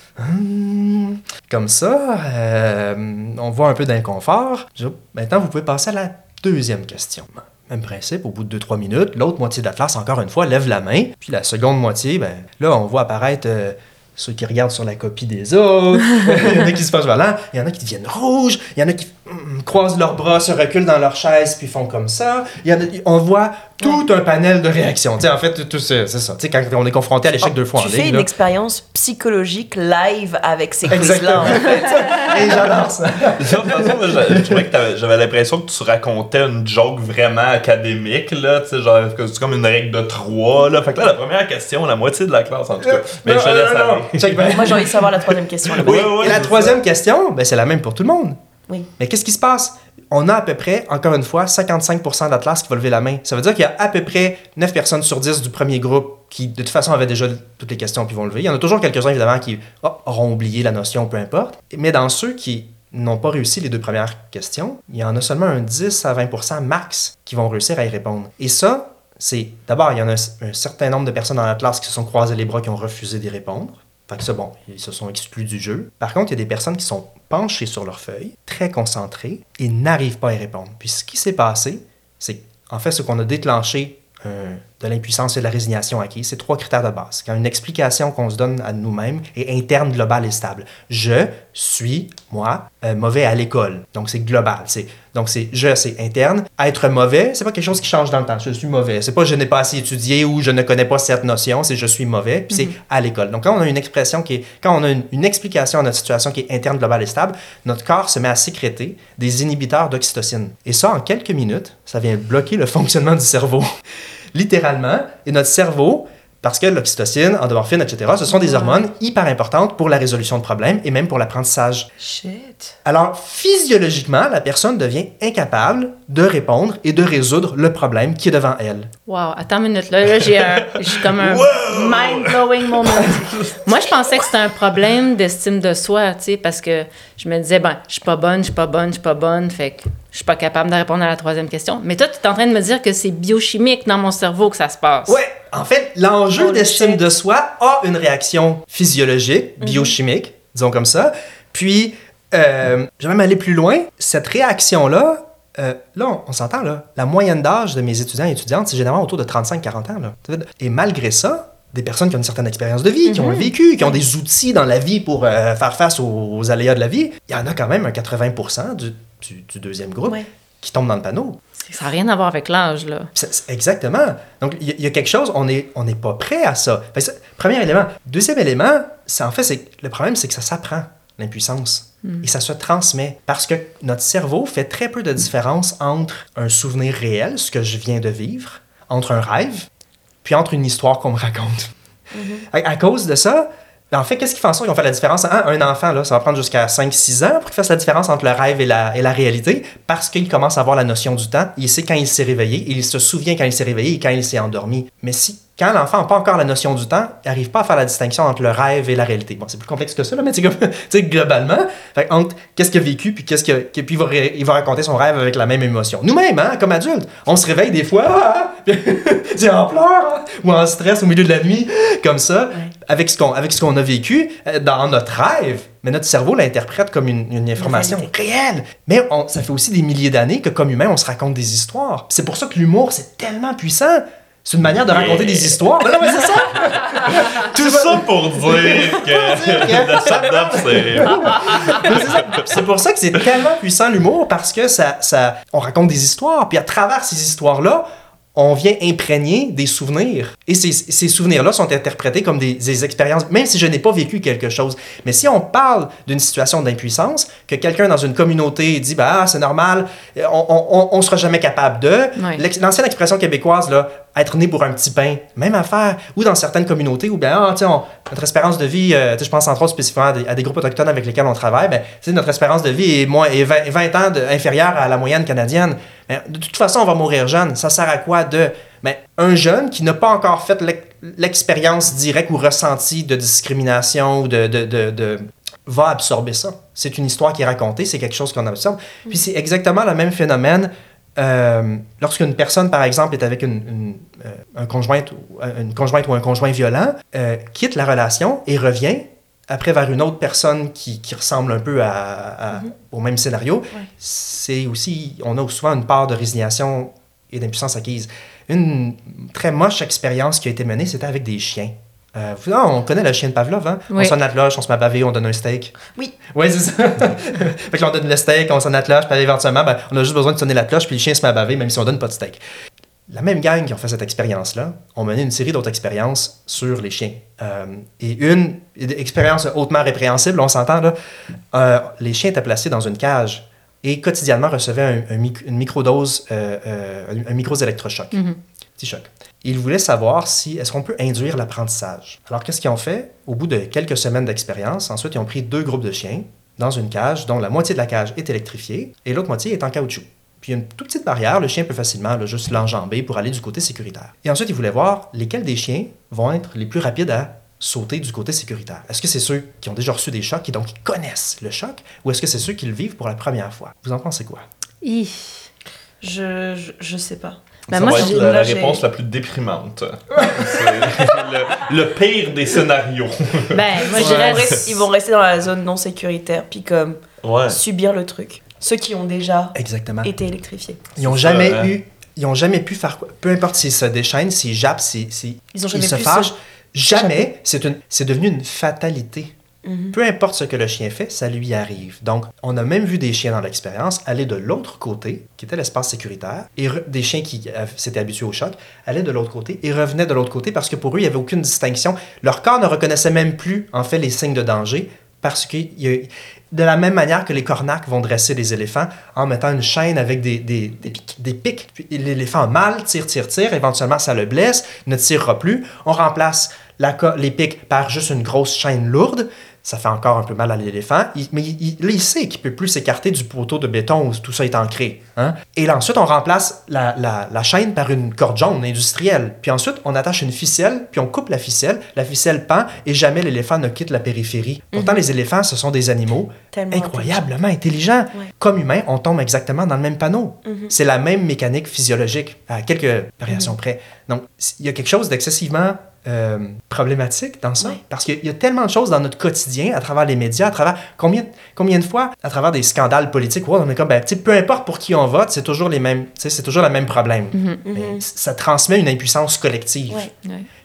Hum, comme ça, euh, on voit un peu d'inconfort. Je dis, maintenant, vous pouvez passer à la deuxième question. Même principe, au bout de deux trois minutes, l'autre moitié de la classe, encore une fois, lève la main. Puis la seconde moitié, ben là, on voit apparaître... Euh, ceux qui regardent sur la copie des autres, il y en a qui se passent volant, il y en a qui deviennent rouges, il y en a qui mm, croisent leurs bras, se reculent dans leur chaise puis font comme ça. Il y en a, on voit tout un panel de réactions. T'sais, en fait, tout c'est, c'est ça. T'sais, quand on est confronté à l'échec oh, deux fois en ligne. Tu fais une là, expérience psychologique live avec ces quiz-là, en fait. Et j'adore ça. De toute façon, je, je trouvais que j'avais l'impression que tu racontais une joke vraiment académique, là, tu sais, genre, que c'est comme une règle de trois, là. Fait que là, la première question, la moitié de la classe, en tout cas. Mais non, je te laisse non, aller. Moi, j'ai envie de savoir la troisième question. Là. Oui, oui, et la troisième ça. question, ben, c'est la même pour tout le monde. Oui. Mais qu'est-ce qui se passe? On a à peu près, encore une fois, cinquante-cinq pour cent de la classe qui va lever la main. Ça veut dire qu'il y a à peu près neuf personnes sur dix du premier groupe qui, de toute façon, avaient déjà toutes les questions puis vont lever. Il y en a toujours quelques-uns, évidemment, qui oh, auront oublié la notion, peu importe. Mais dans ceux qui n'ont pas réussi les deux premières questions, il y en a seulement un dix à vingt pour cent max qui vont réussir à y répondre. Et ça, c'est... D'abord, il y en a un, un certain nombre de personnes dans la classe qui se sont croisées les bras, qui ont refusé d'y répondre. Fait que ça, bon, ils se sont exclus du jeu. Par contre, il y a des personnes qui sont penchées sur leur feuille, très concentrées, et n'arrivent pas à y répondre. Puis ce qui s'est passé, c'est en fait ce qu'on a déclenché euh, de l'impuissance et de la résignation acquise, c'est trois critères de base. Quand une explication qu'on se donne à nous-mêmes est interne, globale et stable. Je suis, moi, euh, mauvais à l'école. Donc c'est global. C'est, donc c'est je, c'est interne. Être mauvais, c'est pas quelque chose qui change dans le temps. Je suis mauvais. C'est pas je n'ai pas assez étudié ou je ne connais pas cette notion, c'est je suis mauvais, puis mm-hmm. c'est à l'école. Donc quand on a une expression qui est, quand on a une, une explication à notre situation qui est interne, globale et stable, notre corps se met à sécréter des inhibiteurs d'oxytocine. Et ça, en quelques minutes, ça vient bloquer le fonctionnement du cerveau. Littéralement, et notre cerveau, parce que l'oxytocine, endorphine, et cetera, ce sont des hormones hyper importantes pour la résolution de problèmes et même pour l'apprentissage. Shit. Alors, physiologiquement, la personne devient incapable de répondre et de résoudre le problème qui est devant elle. Wow, attends une minute, là, là j'ai, un, j'ai comme un mind-blowing moment. Moi, je pensais que c'était un problème d'estime de soi, tu sais, parce que je me disais, ben, je suis pas bonne, je suis pas bonne, je suis pas bonne, fait que je suis pas capable de répondre à la troisième question. Mais toi, tu es en train de me dire que c'est biochimique dans mon cerveau que ça se passe. Ouais, en fait, l'enjeu oh, d'estime shit. de soi a une réaction physiologique, biochimique, mm-hmm. disons comme ça. Puis, euh, je vais même aller plus loin. Cette réaction-là, euh, là, on, on s'entend, là, la moyenne d'âge de mes étudiants et étudiantes, c'est généralement autour de trente-cinq à quarante ans. Là. Et malgré ça, des personnes qui ont une certaine expérience de vie, qui ont un vécu, qui ont des outils dans la vie pour euh, faire face aux, aux aléas de la vie. Il y en a quand même un quatre-vingts pour cent du, du, du deuxième groupe ouais. qui tombe dans le panneau. Ça n'a rien à voir avec l'âge, là. C'est, c'est, exactement. Donc, il y, y a quelque chose, on n'est on est pas prêt à ça. Fait, ça. Premier élément. Deuxième élément, c'est, en fait, c'est, le problème, c'est que ça s'apprend, l'impuissance. Mm. Et ça se transmet. Parce que notre cerveau fait très peu de différence entre un souvenir réel, ce que je viens de vivre, entre un rêve, puis entre une histoire qu'on me raconte. Mm-hmm. À, à cause de ça, en fait, qu'est-ce qui fait en sorte qu'ils ont fait la différence? Hein? Un enfant, là, ça va prendre jusqu'à cinq six ans pour qu'il fasse la différence entre le rêve et la, et la réalité, parce qu'il commence à avoir la notion du temps. Il sait quand il s'est réveillé, il se souvient quand il s'est réveillé et quand il s'est endormi. Mais si, quand l'enfant n'a pas encore la notion du temps, il n'arrive pas à faire la distinction entre le rêve et la réalité. Bon, c'est plus complexe que ça, là, mais tu sais, globalement, fait, entre qu'est-ce qu'il a vécu, puis qu'est-ce qu'il a, puis il va, ré, il va raconter son rêve avec la même émotion. Nous-mêmes, hein, comme adultes, on se réveille des fois, ah, ah, en pleurs, hein, ou en stress au milieu de la nuit, comme ça, ouais. avec, ce qu'on, avec ce qu'on a vécu dans notre rêve. Mais notre cerveau l'interprète comme une, une information réelle. Mais on, ça fait aussi des milliers d'années que, comme humains, on se raconte des histoires. Puis c'est pour ça que l'humour, c'est tellement puissant. C'est une manière de raconter yeah. des histoires. Mais non, mais c'est ça! Tout ça pour dire que le stand-up, c'est... c'est pour ça que c'est tellement puissant, l'humour, parce que ça, ça, on raconte des histoires. Puis à travers ces histoires-là, on vient imprégner des souvenirs. Et ces, ces souvenirs-là sont interprétés comme des, des expériences, même si je n'ai pas vécu quelque chose. Mais si on parle d'une situation d'impuissance, que quelqu'un dans une communauté dit bah, « Ah, c'est normal, on ne sera jamais capable de... Oui. » L'ancienne expression québécoise, là, être né pour un petit pain, même affaire. Ou dans certaines communautés où, bien, ah, on, notre espérance de vie, euh, je pense entre autres spécifiquement à des, à des groupes autochtones avec lesquels on travaille, ben, notre espérance de vie est, moins, est vingt, vingt ans de, inférieure à la moyenne canadienne. Mais de toute façon, on va mourir jeune. Ça sert à quoi de... Mais un jeune qui n'a pas encore fait l'expérience directe ou ressentie de discrimination ou de, de, de, de... va absorber ça. C'est une histoire qui est racontée, c'est quelque chose qu'on absorbe. Mm. Puis c'est exactement le même phénomène euh, lorsqu'une personne, par exemple, est avec une, une, euh, un conjointe, une conjointe ou un conjoint violent, euh, quitte la relation et revient après vers une autre personne qui, qui ressemble un peu à, à, mm-hmm. au même scénario, ouais. c'est aussi, on a souvent une part de résignation et d'impuissance acquise. Une très moche expérience qui a été menée, c'était avec des chiens. Euh, on connaît le chien de Pavlov, hein? Oui. On s'en atteloche, on se met à baver, on donne un steak. Oui. Oui, c'est ça. Fait que là, on donne le steak, on s'en atteloche, puis éventuellement, ben, on a juste besoin de sonner la cloche, puis le chien se met à baver, même si on donne pas de steak. La même gang qui ont fait cette expérience-là ont mené une série d'autres expériences sur les chiens. Euh, et une, une expérience hautement répréhensible, on s'entend là, euh, les chiens étaient placés dans une cage et quotidiennement recevaient un, un, une microdose, euh, euh, un, un micro électrochoc. Mm-hmm. Petit choc. Ils voulaient savoir si, est-ce qu'on peut induire l'apprentissage. Alors, qu'est-ce qu'ils ont fait? Au bout de quelques semaines d'expérience, ensuite, ils ont pris deux groupes de chiens dans une cage dont la moitié de la cage est électrifiée et l'autre moitié est en caoutchouc. Puis il y a une toute petite barrière, le chien peut facilement là, juste l'enjamber pour aller du côté sécuritaire. Et ensuite, ils voulaient voir lesquels des chiens vont être les plus rapides à sauter du côté sécuritaire. Est-ce que c'est ceux qui ont déjà reçu des chocs et donc qui connaissent le choc, ou est-ce que c'est ceux qui le vivent pour la première fois? Vous en pensez quoi? Je, je, je sais pas. Ben ça moi, va être la, la réponse la plus déprimante. C'est le, le pire des scénarios. Ben, moi, je dirais ils vont rester dans la zone non sécuritaire, puis comme ouais. subir le truc. Ceux qui ont déjà Exactement. été électrifiés. Ils n'ont jamais ça, eu, hein? Ils ont jamais pu faire quoi. Peu importe s'ils se déchaînent, s'ils jappent, s'ils, s'ils, ils, ont jamais ils se fâchent. Jamais. C'est, une, c'est devenu une fatalité. Mm-hmm. Peu importe ce que le chien fait, ça lui arrive. Donc, on a même vu des chiens dans l'expérience aller de l'autre côté, qui était l'espace sécuritaire, et re- des chiens qui euh, s'étaient habitués au choc, allaient de l'autre côté et revenaient de l'autre côté parce que pour eux, il n'y avait aucune distinction. Leur corps ne reconnaissait même plus, en fait, les signes de danger parce que y a, de la même manière que les cornacs vont dresser les éléphants en mettant une chaîne avec des, des, des, pics, des pics. Puis l'éléphant a mal, tire, tire, tire, éventuellement ça le blesse, ne tirera plus. On remplace la, les pics par juste une grosse chaîne lourde. Ça fait encore un peu mal à l'éléphant, il, mais il, il, il sait qu'il ne peut plus s'écarter du poteau de béton où tout ça est ancré. Hein? Et là, ensuite, on remplace la, la, la chaîne par une corde jaune industrielle. Puis ensuite, on attache une ficelle, puis on coupe la ficelle. La ficelle pend et jamais l'éléphant ne quitte la périphérie. Pourtant, mm-hmm. les éléphants, ce sont des animaux tellement incroyablement intelligents. Ouais. Comme humains, on tombe exactement dans le même panneau. Mm-hmm. C'est la même mécanique physiologique, à quelques variations mm-hmm. près. Donc, il y a quelque chose d'excessivement... Euh, problématique dans ça, oui. Parce qu'il y a tellement de choses dans notre quotidien, à travers les médias, à travers combien, combien de fois, à travers des scandales politiques, ouais, on est comme, ben, peu importe pour qui on vote, c'est toujours les mêmes, c'est toujours le même problème. Mm-hmm. Mais ça transmet une impuissance collective. Oui. Oui.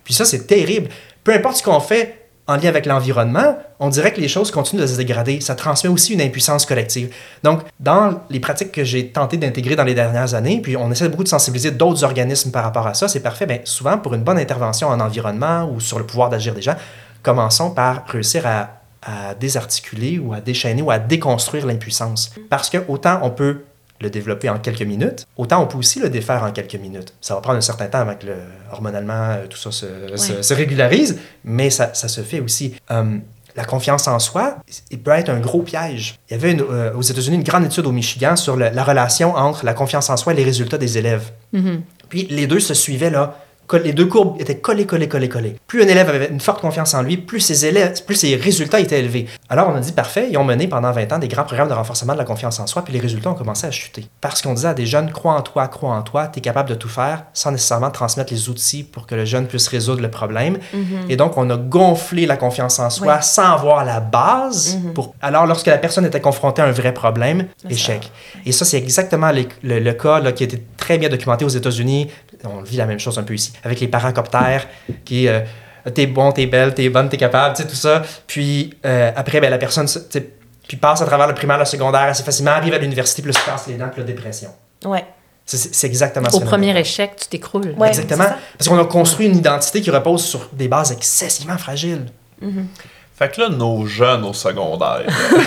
Puis ça, c'est terrible. Peu importe ce qu'on fait en lien avec l'environnement, on dirait que les choses continuent de se dégrader. Ça transmet aussi une impuissance collective. Donc, dans les pratiques que j'ai tenté d'intégrer dans les dernières années, puis on essaie beaucoup de sensibiliser d'autres organismes par rapport à ça, c'est parfait. Bien, souvent, pour une bonne intervention en environnement ou sur le pouvoir d'agir des gens, commençons par réussir à, à désarticuler ou à déchaîner ou à déconstruire l'impuissance. Parce que autant on peut le développer en quelques minutes, autant on peut aussi le défaire en quelques minutes. Ça va prendre un certain temps avant que le, hormonalement tout ça se, ouais. se, se régularise, mais ça, ça se fait aussi. Euh, la confiance en soi, il peut être un gros piège. Il y avait une, euh, aux États-Unis une grande étude au Michigan sur le, la relation entre la confiance en soi et les résultats des élèves. Mm-hmm. Puis les deux se suivaient là. Les deux courbes étaient collées, collées, collées, collées. Plus un élève avait une forte confiance en lui, plus ses, élèves, plus ses résultats étaient élevés. Alors on a dit, parfait, ils ont mené pendant vingt ans des grands programmes de renforcement de la confiance en soi, puis les résultats ont commencé à chuter. Parce qu'on disait à des jeunes, crois en toi, crois en toi, t'es capable de tout faire, sans nécessairement transmettre les outils pour que le jeune puisse résoudre le problème. Mm-hmm. Et donc on a gonflé la confiance en soi oui. sans avoir la base. Mm-hmm. Pour... Alors lorsque la personne était confrontée à un vrai problème, c'est échec. Ça. Et ça, c'est exactement le, le, le cas là, qui a été très bien documenté aux États-Unis. On vit la même chose un peu ici, avec les parents coptères, qui euh, t'es bon, t'es belle, t'es bonne, t'es capable, tu sais, tout ça. Puis euh, après, ben, la personne puis passe à travers le primaire, le secondaire assez facilement, arrive à l'université, puis là, se casse les dents, puis la dépression. Ouais. C'est, c'est exactement Au ça. Au premier échec, tu t'écroules. Ouais, exactement. Parce qu'on a construit ouais. une identité qui repose sur des bases excessivement fragiles. Mm-hmm. Fait que là, nos jeunes au secondaire...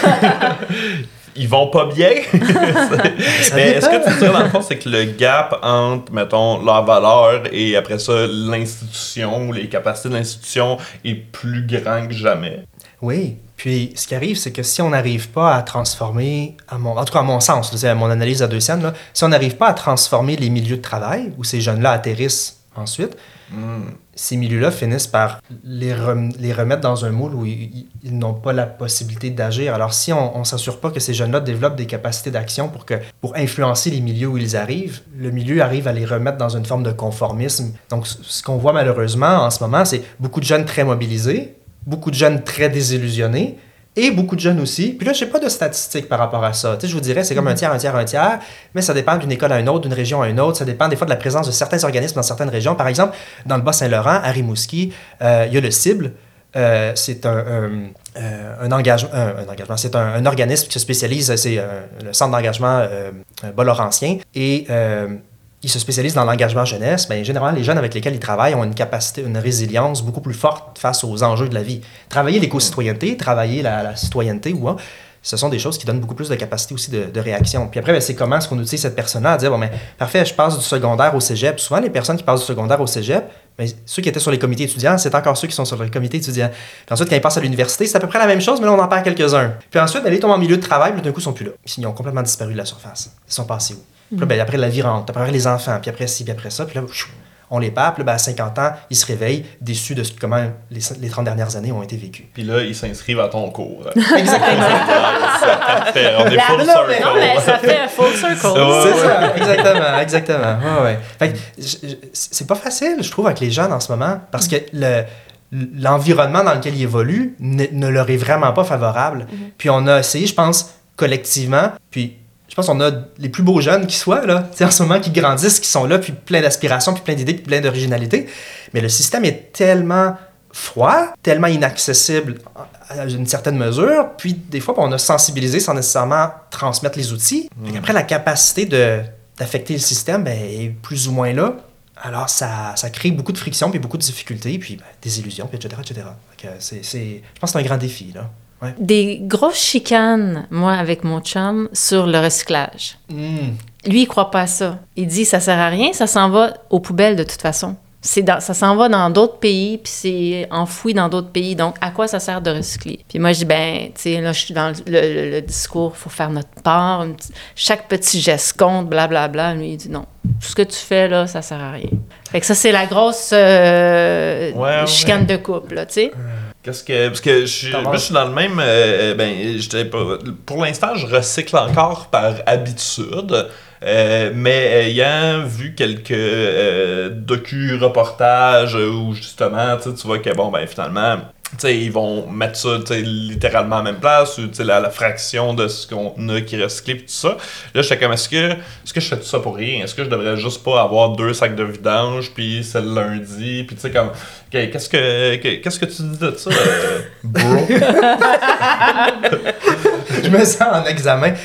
ils vont pas bien. Mais est-ce que tu dirais, dans le fond, c'est que le gap entre, mettons, leur valeur et après ça, l'institution ou les capacités de l'institution est plus grand que jamais? Oui. Puis, ce qui arrive, c'est que si on n'arrive pas à transformer, à mon, en tout cas à mon sens, c'est à mon analyse à deux scènes, là, si on n'arrive pas à transformer les milieux de travail où ces jeunes-là atterrissent ensuite, mm. ces milieux-là finissent par les, rem- les remettre dans un moule où ils, ils n'ont pas la possibilité d'agir. Alors, si on ne s'assure pas que ces jeunes-là développent des capacités d'action pour, que, pour influencer les milieux où ils arrivent, le milieu arrive à les remettre dans une forme de conformisme. Donc, ce qu'on voit malheureusement en ce moment, c'est beaucoup de jeunes très mobilisés, beaucoup de jeunes très désillusionnés, et beaucoup de jeunes aussi. Puis là, je n'ai pas de statistiques par rapport à ça. Tu sais, je vous dirais, c'est comme un tiers, un tiers, un tiers, mais ça dépend d'une école à une autre, d'une région à une autre. Ça dépend des fois de la présence de certains organismes dans certaines régions. Par exemple, dans le Bas-Saint-Laurent, à Rimouski, euh, il y a le CIBL. Euh, c'est un, un, euh, un, engagement, un, un engagement, c'est un, un organisme qui se spécialise, c'est euh, le centre d'engagement euh, Bas-Laurentien. Et... Euh, ils se spécialisent dans l'engagement jeunesse, bien, généralement, les jeunes avec lesquels ils travaillent ont une capacité, une résilience beaucoup plus forte face aux enjeux de la vie. Travailler l'éco-citoyenneté, travailler la, la citoyenneté, ou hein, ce sont des choses qui donnent beaucoup plus de capacité aussi de, de réaction. Puis après, bien, c'est comment est-ce qu'on utilise cette personne-là à dire, bon, bien, parfait, je passe du secondaire au cégep. Souvent, les personnes qui passent du secondaire au cégep, bien, ceux qui étaient sur les comités étudiants, c'est encore ceux qui sont sur les comités étudiants. Puis ensuite, quand ils passent à l'université, c'est à peu près la même chose, mais là, on en perd quelques-uns. Puis ensuite, bien, ils tombent en milieu de travail, puis d'un coup, ils sont plus là. Ils ont complètement disparu de la surface. Ils sont passés où? Puis là, ben, après, la vie rentre, après les enfants, puis après ci, puis après ça, puis là, on les perd, puis là, ben, à cinquante ans, ils se réveillent déçus de ce, comment les, les trente dernières années ont été vécues. Puis là, ils s'inscrivent à ton cours. Exactement. Ça fait, on est full non, circle. Non, mais ça fait un full circle. C'est ça, exactement, exactement. Ouais, ouais. Fait que, c'est pas facile, je trouve, avec les jeunes en ce moment, parce que le... l'environnement dans lequel ils évoluent ne, ne leur est vraiment pas favorable. Mm-hmm. Puis on a essayé, je pense, collectivement, puis je pense qu'on a les plus beaux jeunes qui soient, là, en ce moment, qui grandissent, qui sont là, puis plein d'aspirations, puis plein d'idées, puis plein d'originalité. Mais le système est tellement froid, tellement inaccessible à une certaine mesure, puis des fois, on a sensibilisé sans nécessairement transmettre les outils. Mmh. Après, la capacité de, d'affecter le système ben, est plus ou moins là. Alors, ça, ça crée beaucoup de frictions, puis beaucoup de difficultés, puis ben, des illusions, puis et cetera, et cetera. C'est, c'est, je pense que c'est un grand défi, là. Ouais. Des grosses chicanes, moi, avec mon chum, sur le recyclage. Mm. Lui, il croit pas à ça. Il dit, ça sert à rien, ça s'en va aux poubelles de toute façon. C'est dans, ça s'en va dans d'autres pays, puis c'est enfoui dans d'autres pays. Donc, à quoi ça sert de recycler? Puis moi, je dis, ben, tu sais, là, je suis dans le, le, le discours, il faut faire notre part, une, chaque petit geste compte, blablabla. Lui, il dit, non, tout ce que tu fais, là, ça sert à rien. Fait que ça, c'est la grosse euh, ouais, chicane ouais. de couple, là, tu sais. Qu'est-ce que. Parce que je suis, moi, je suis dans le même. Euh, ben, j'étais pas, pour l'instant, je recycle encore par habitude. Euh, mais ayant vu quelques euh, docu-reportages où justement, tu vois que bon, ben finalement, T'sais, ils vont mettre ça littéralement à la même place, ou la, la fraction de ce qu'on a qui est recyclé, pis tout ça. Là, j'étais comme, est-ce que, est-ce que je fais tout ça pour rien? Est-ce que je devrais juste pas avoir deux sacs de vidange, puis c'est le lundi, puis tu sais, comme, qu'est-ce que, qu'est-ce que tu dis de ça, euh, bro? Je me sens en examen.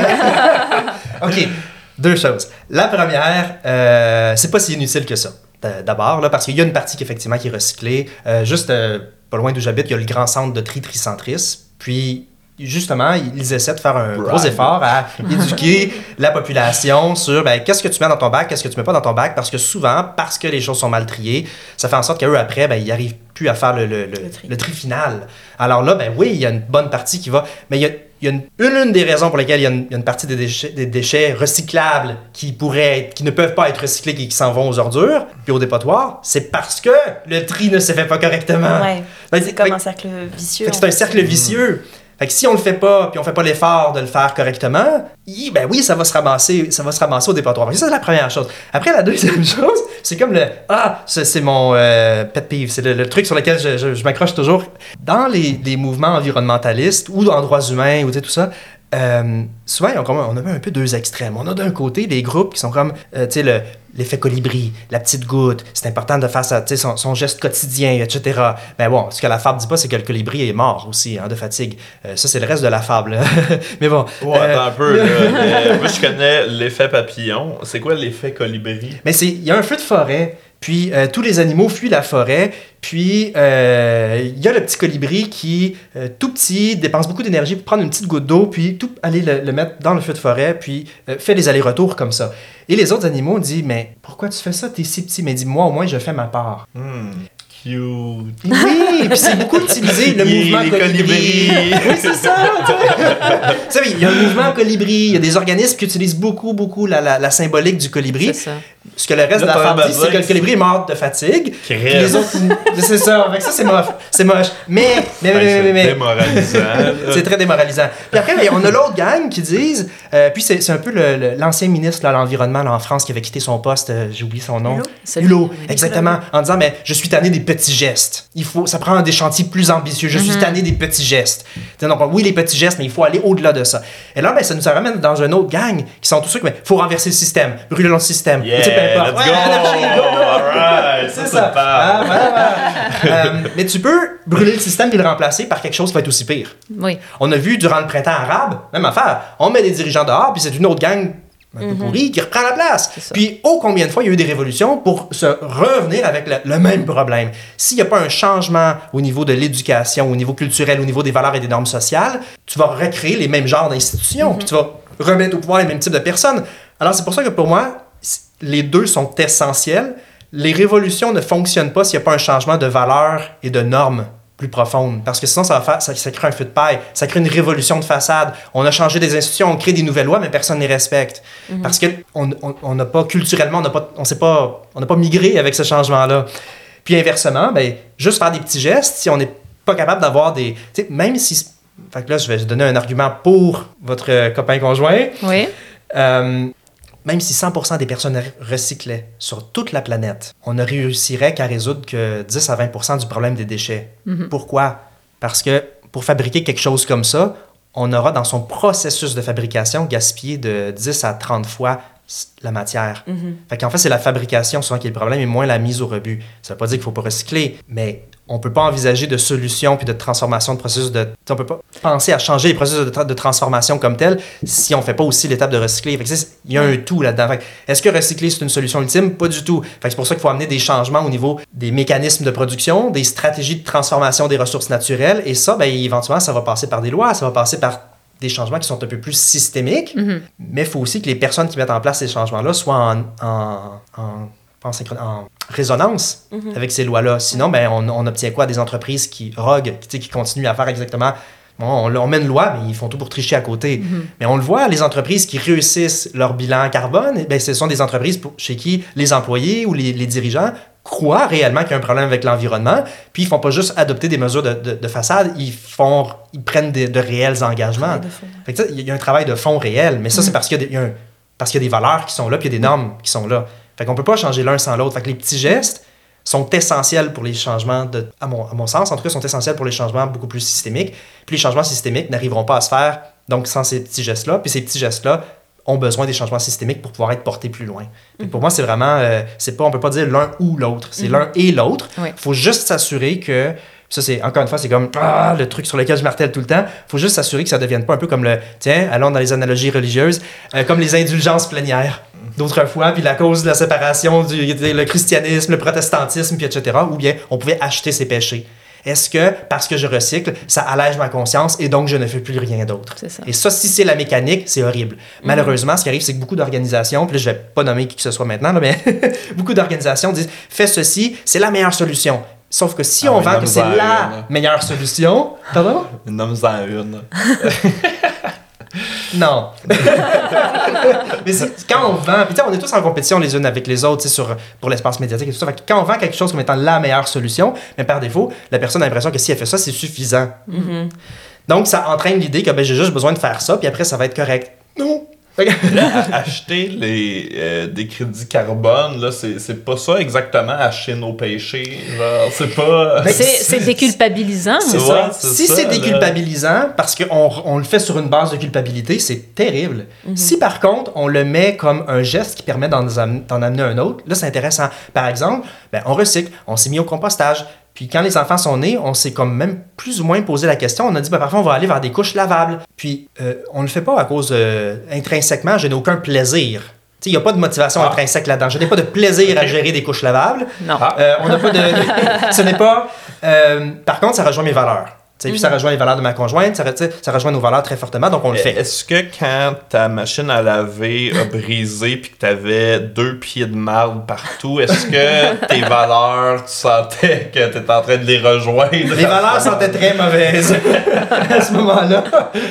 Euh, OK, deux choses. La première, euh, c'est pas si inutile que ça. D'abord, là, parce qu'il y a une partie qui, effectivement, qui est recyclée. Euh, juste... Euh, pas loin d'où j'habite, il y a le grand centre de tri Tricentris. Puis, justement, ils essaient de faire un Brag. gros effort à éduquer la population sur ben, qu'est-ce que tu mets dans ton bac, qu'est-ce que tu mets pas dans ton bac, parce que souvent, parce que les choses sont mal triées, ça fait en sorte qu'eux, après, ben, ils n'arrivent plus à faire le, le, le, le, tri. le tri final. Alors là, ben oui, il y a une bonne partie qui va... Mais il y a, il y a une, une, une des raisons pour lesquelles il y a une, il y a une partie des déchets, des déchets recyclables qui pourraient être, qui ne peuvent pas être recyclés et qui s'en vont aux ordures puis au dépotoir, c'est parce que le tri ne se fait pas correctement. Ouais. Ben, c'est comme fait, un cercle vicieux. Fait que c'est un cercle vicieux. Fait que si on le fait pas, puis on fait pas l'effort de le faire correctement, y, ben oui, ça va se ramasser, ça va se ramasser au dépotoir. Ça, c'est la première chose. Après, la deuxième chose, c'est comme le... Ah, ça, c'est mon euh, pet peeve. C'est le, le truc sur lequel je, je, je m'accroche toujours. Dans les, les mouvements environnementalistes ou en droits humains, ou tout ça, euh, souvent, on, on a un peu deux extrêmes. On a d'un côté des groupes qui sont comme, euh, tu sais, le... l'effet colibri, la petite goutte, c'est important de faire ça, son, son geste quotidien, et cetera. Mais bon, ce que la fable dit pas, c'est que le colibri est mort aussi, hein, de fatigue. Euh, ça, c'est le reste de la fable. Mais bon. Ouais, euh... attends un peu. Là, mais, moi, je connais l'effet papillon. C'est quoi l'effet colibri? Mais c'est, il y a un feu de forêt, puis euh, tous les animaux fuient la forêt, puis euh, il y a le petit colibri qui, euh, tout petit, dépense beaucoup d'énergie pour prendre une petite goutte d'eau, puis tout aller le, le mettre dans le feu de forêt, puis euh, fait les allers-retours comme ça. Et les autres animaux disent, mais pourquoi tu fais ça, t'es si petit? Mais dis moi au moins je fais ma part. Hmm, cute. Oui, puis c'est beaucoup utilisé le Yeah, mouvement les colibri. colibris. Oui, c'est ça. Tu sais, il y a un mouvement colibri, il y a des organismes qui utilisent beaucoup, beaucoup la, la, la symbolique du colibri. C'est ça. Ce que le reste Là, de la t'as femme un dit, c'est que le bazar. colibri est mort de fatigue. Puis Crève. les autres, c'est ça. Fait que ça, c'est moche. C'est moche. Mais, mais, mais, Ouais, mais, c'est mais, mais- démoralisant. là. c'est très démoralisant. Puis après, ben, on a l'autre gang qui disent, euh, puis c'est, c'est un peu le, le- l'ancien ministre là, à l'environnement là, en France qui avait quitté son poste, euh, j'ai oublié son nom. Hulot? Celui- Hulot, oui. exactement, en disant, mais je suis tanné des petits gestes. Il faut, ça prend des chantiers plus ambitieux. Je suis tanné des petits gestes. T'sais, donc, oui, les petits gestes, mais il faut aller au-delà de ça. Et là, ben, ça nous ramène dans une autre gang qui sont tous ceux qui, mais faut renverser le système, brûler le système. Yeah, Tu sais, peu importe. let's go! Ouais, anarchie, go, go! Alright, ça, C'est c'est ça. le Ah, pas. voilà, voilà. Euh, mais tu peux brûler le système et le remplacer par quelque chose qui va être aussi pire. Oui. On a vu durant le printemps arabe, même affaire, on met des dirigeants dehors, puis c'est une autre gang un peu pourrie qui reprend la place. C'est ça. Puis, oh, combien de fois il y a eu des révolutions pour se revenir avec le, le même problème. S'il n'y a pas un changement au niveau de l'éducation, au niveau culturel, au niveau des valeurs et des normes sociales, tu vas recréer les mêmes genres d'institutions, puis tu vas remettre au pouvoir les mêmes types de personnes. Alors, c'est pour ça que pour moi, les deux sont essentiels. Les révolutions ne fonctionnent pas s'il n'y a pas un changement de valeurs et de normes plus profondes. Parce que sinon, ça va faire, ça, ça crée un feu de paille, ça crée une révolution de façade. On a changé des institutions, on crée des nouvelles lois, mais personne ne les respecte. Mm-hmm. Parce qu'on on, on n'a pas, culturellement, on n'a pas, on sait pas, on n'a pas migré avec ce changement-là. Puis inversement, ben, juste faire des petits gestes, si on n'est pas capable d'avoir des... Tu sais, même si... Fait que là, je vais donner un argument pour votre copain conjoint. Oui. Euh, Même si cent pour cent des personnes recyclaient sur toute la planète, on ne réussirait qu'à résoudre que dix à vingt pour cent du problème des déchets. Mm-hmm. Pourquoi? Parce que pour fabriquer quelque chose comme ça, on aura dans son processus de fabrication gaspillé de dix à trente fois la matière. Mm-hmm. Fait qu'en fait, c'est la fabrication souvent qui est le problème et moins la mise au rebut. Ça veut pas dire qu'il faut pas recycler, mais on peut pas envisager de solutions puis de transformation de processus de... On peut pas penser à changer les processus de, tra- de transformation comme tel si on fait pas aussi l'étape de recycler. Fait que il y a un tout là-dedans. Fait que est-ce que recycler, c'est une solution ultime? Pas du tout. Fait que c'est pour ça qu'il faut amener des changements au niveau des mécanismes de production, des stratégies de transformation des ressources naturelles. Et ça, ben, éventuellement, ça va passer par des lois, ça va passer par des changements qui sont un peu plus systémiques, mm-hmm. mais il faut aussi que les personnes qui mettent en place ces changements-là soient en, en, en, en, synchron... en résonance mm-hmm. avec ces lois-là. Sinon, ben, on, on obtient quoi? Des entreprises qui roguent, qui, qui continuent à faire exactement... Bon, on, on met une loi, mais ils font tout pour tricher à côté. Mm-hmm. Mais on le voit, les entreprises qui réussissent leur bilan carbone, ben, ce sont des entreprises pour, chez qui les employés ou les, les dirigeants croient réellement qu'il y a un problème avec l'environnement, puis ils font pas juste adopter des mesures de, de, de façade, ils font, ils prennent des, de réels engagements. Fait que, il y a un travail de fond réel, mais ça, mm-hmm. c'est parce qu'il y a des, il y a un, parce qu'il y a des valeurs qui sont là, puis il y a des normes qui sont là. Fait qu'on peut pas changer l'un sans l'autre. Fait que les petits gestes, sont essentiels pour les changements, de, à, mon, à mon sens, en tout cas, sont essentiels pour les changements beaucoup plus systémiques. Puis les changements systémiques n'arriveront pas à se faire donc sans ces petits gestes-là. Puis ces petits gestes-là ont besoin des changements systémiques pour pouvoir être portés plus loin. Mm-hmm. Pour moi, c'est vraiment, euh, c'est pas, on peut pas dire l'un ou l'autre, c'est mm-hmm. l'un et l'autre. Il oui. faut juste s'assurer que, ça c'est, encore une fois, c'est comme ah, le truc sur lequel je martèle tout le temps, il faut juste s'assurer que ça ne devienne pas un peu comme le, tiens, allons dans les analogies religieuses, euh, comme les indulgences plénières d'autrefois, puis la cause de la séparation du le christianisme, le protestantisme, puis et cetera, ou bien on pouvait acheter ses péchés. Est-ce que, parce que je recycle, ça allège ma conscience et donc je ne fais plus rien d'autre? C'est ça. Et ça, si c'est la mécanique, c'est horrible. Mm-hmm. Malheureusement, ce qui arrive, c'est que beaucoup d'organisations, puis là, je ne vais pas nommer qui que ce soit maintenant, là, mais beaucoup d'organisations disent « fais ceci, c'est la meilleure solution ». Sauf que si ah on oui, vend que c'est la une. meilleure solution... Pardon? Nomme-en une. Non. Mais c'est, quand on vend, puis on est tous en compétition les unes avec les autres sur, pour l'espace médiatique et tout ça. Fait que quand on vend quelque chose comme étant la meilleure solution, mais par défaut, la personne a l'impression que si elle fait ça, c'est suffisant. Mm-hmm. Donc, ça entraîne l'idée que ben, j'ai juste besoin de faire ça, puis après, ça va être correct. Non. Là, acheter les, euh, des crédits carbone, là, c'est, c'est pas ça exactement, acheter nos péchés. Genre, c'est pas. C'est, c'est déculpabilisant. C'est ouais, ça. C'est si ça, c'est là. déculpabilisant, parce qu'on on le fait sur une base de culpabilité, c'est terrible. Mm-hmm. Si par contre, on le met comme un geste qui permet d'en, d'en amener un autre, là, c'est intéressant. Par exemple, ben, on recycle, on s'est mis au compostage. Puis quand les enfants sont nés, on s'est comme même plus ou moins posé la question. On a dit, ben, parfois, on va aller vers des couches lavables. Puis euh, on ne le fait pas à cause, euh, intrinsèquement, je n'ai aucun plaisir. Il n'y a pas de motivation ah. intrinsèque là-dedans. Je n'ai pas de plaisir okay. à gérer des couches lavables. Non. Euh, on n'a pas de... Ce n'est pas... Euh, par contre, ça rejoint mes valeurs. Mm-hmm. Puis ça rejoint les valeurs de ma conjointe, ça, ça rejoint nos valeurs très fortement, donc on le fait. Est-ce que quand ta machine à laver a brisé puis que tu avais deux pieds de marde partout, est-ce que tes valeurs, tu sentais que tu étais en train de les rejoindre? Les valeurs sentaient très mauvaises à ce moment-là.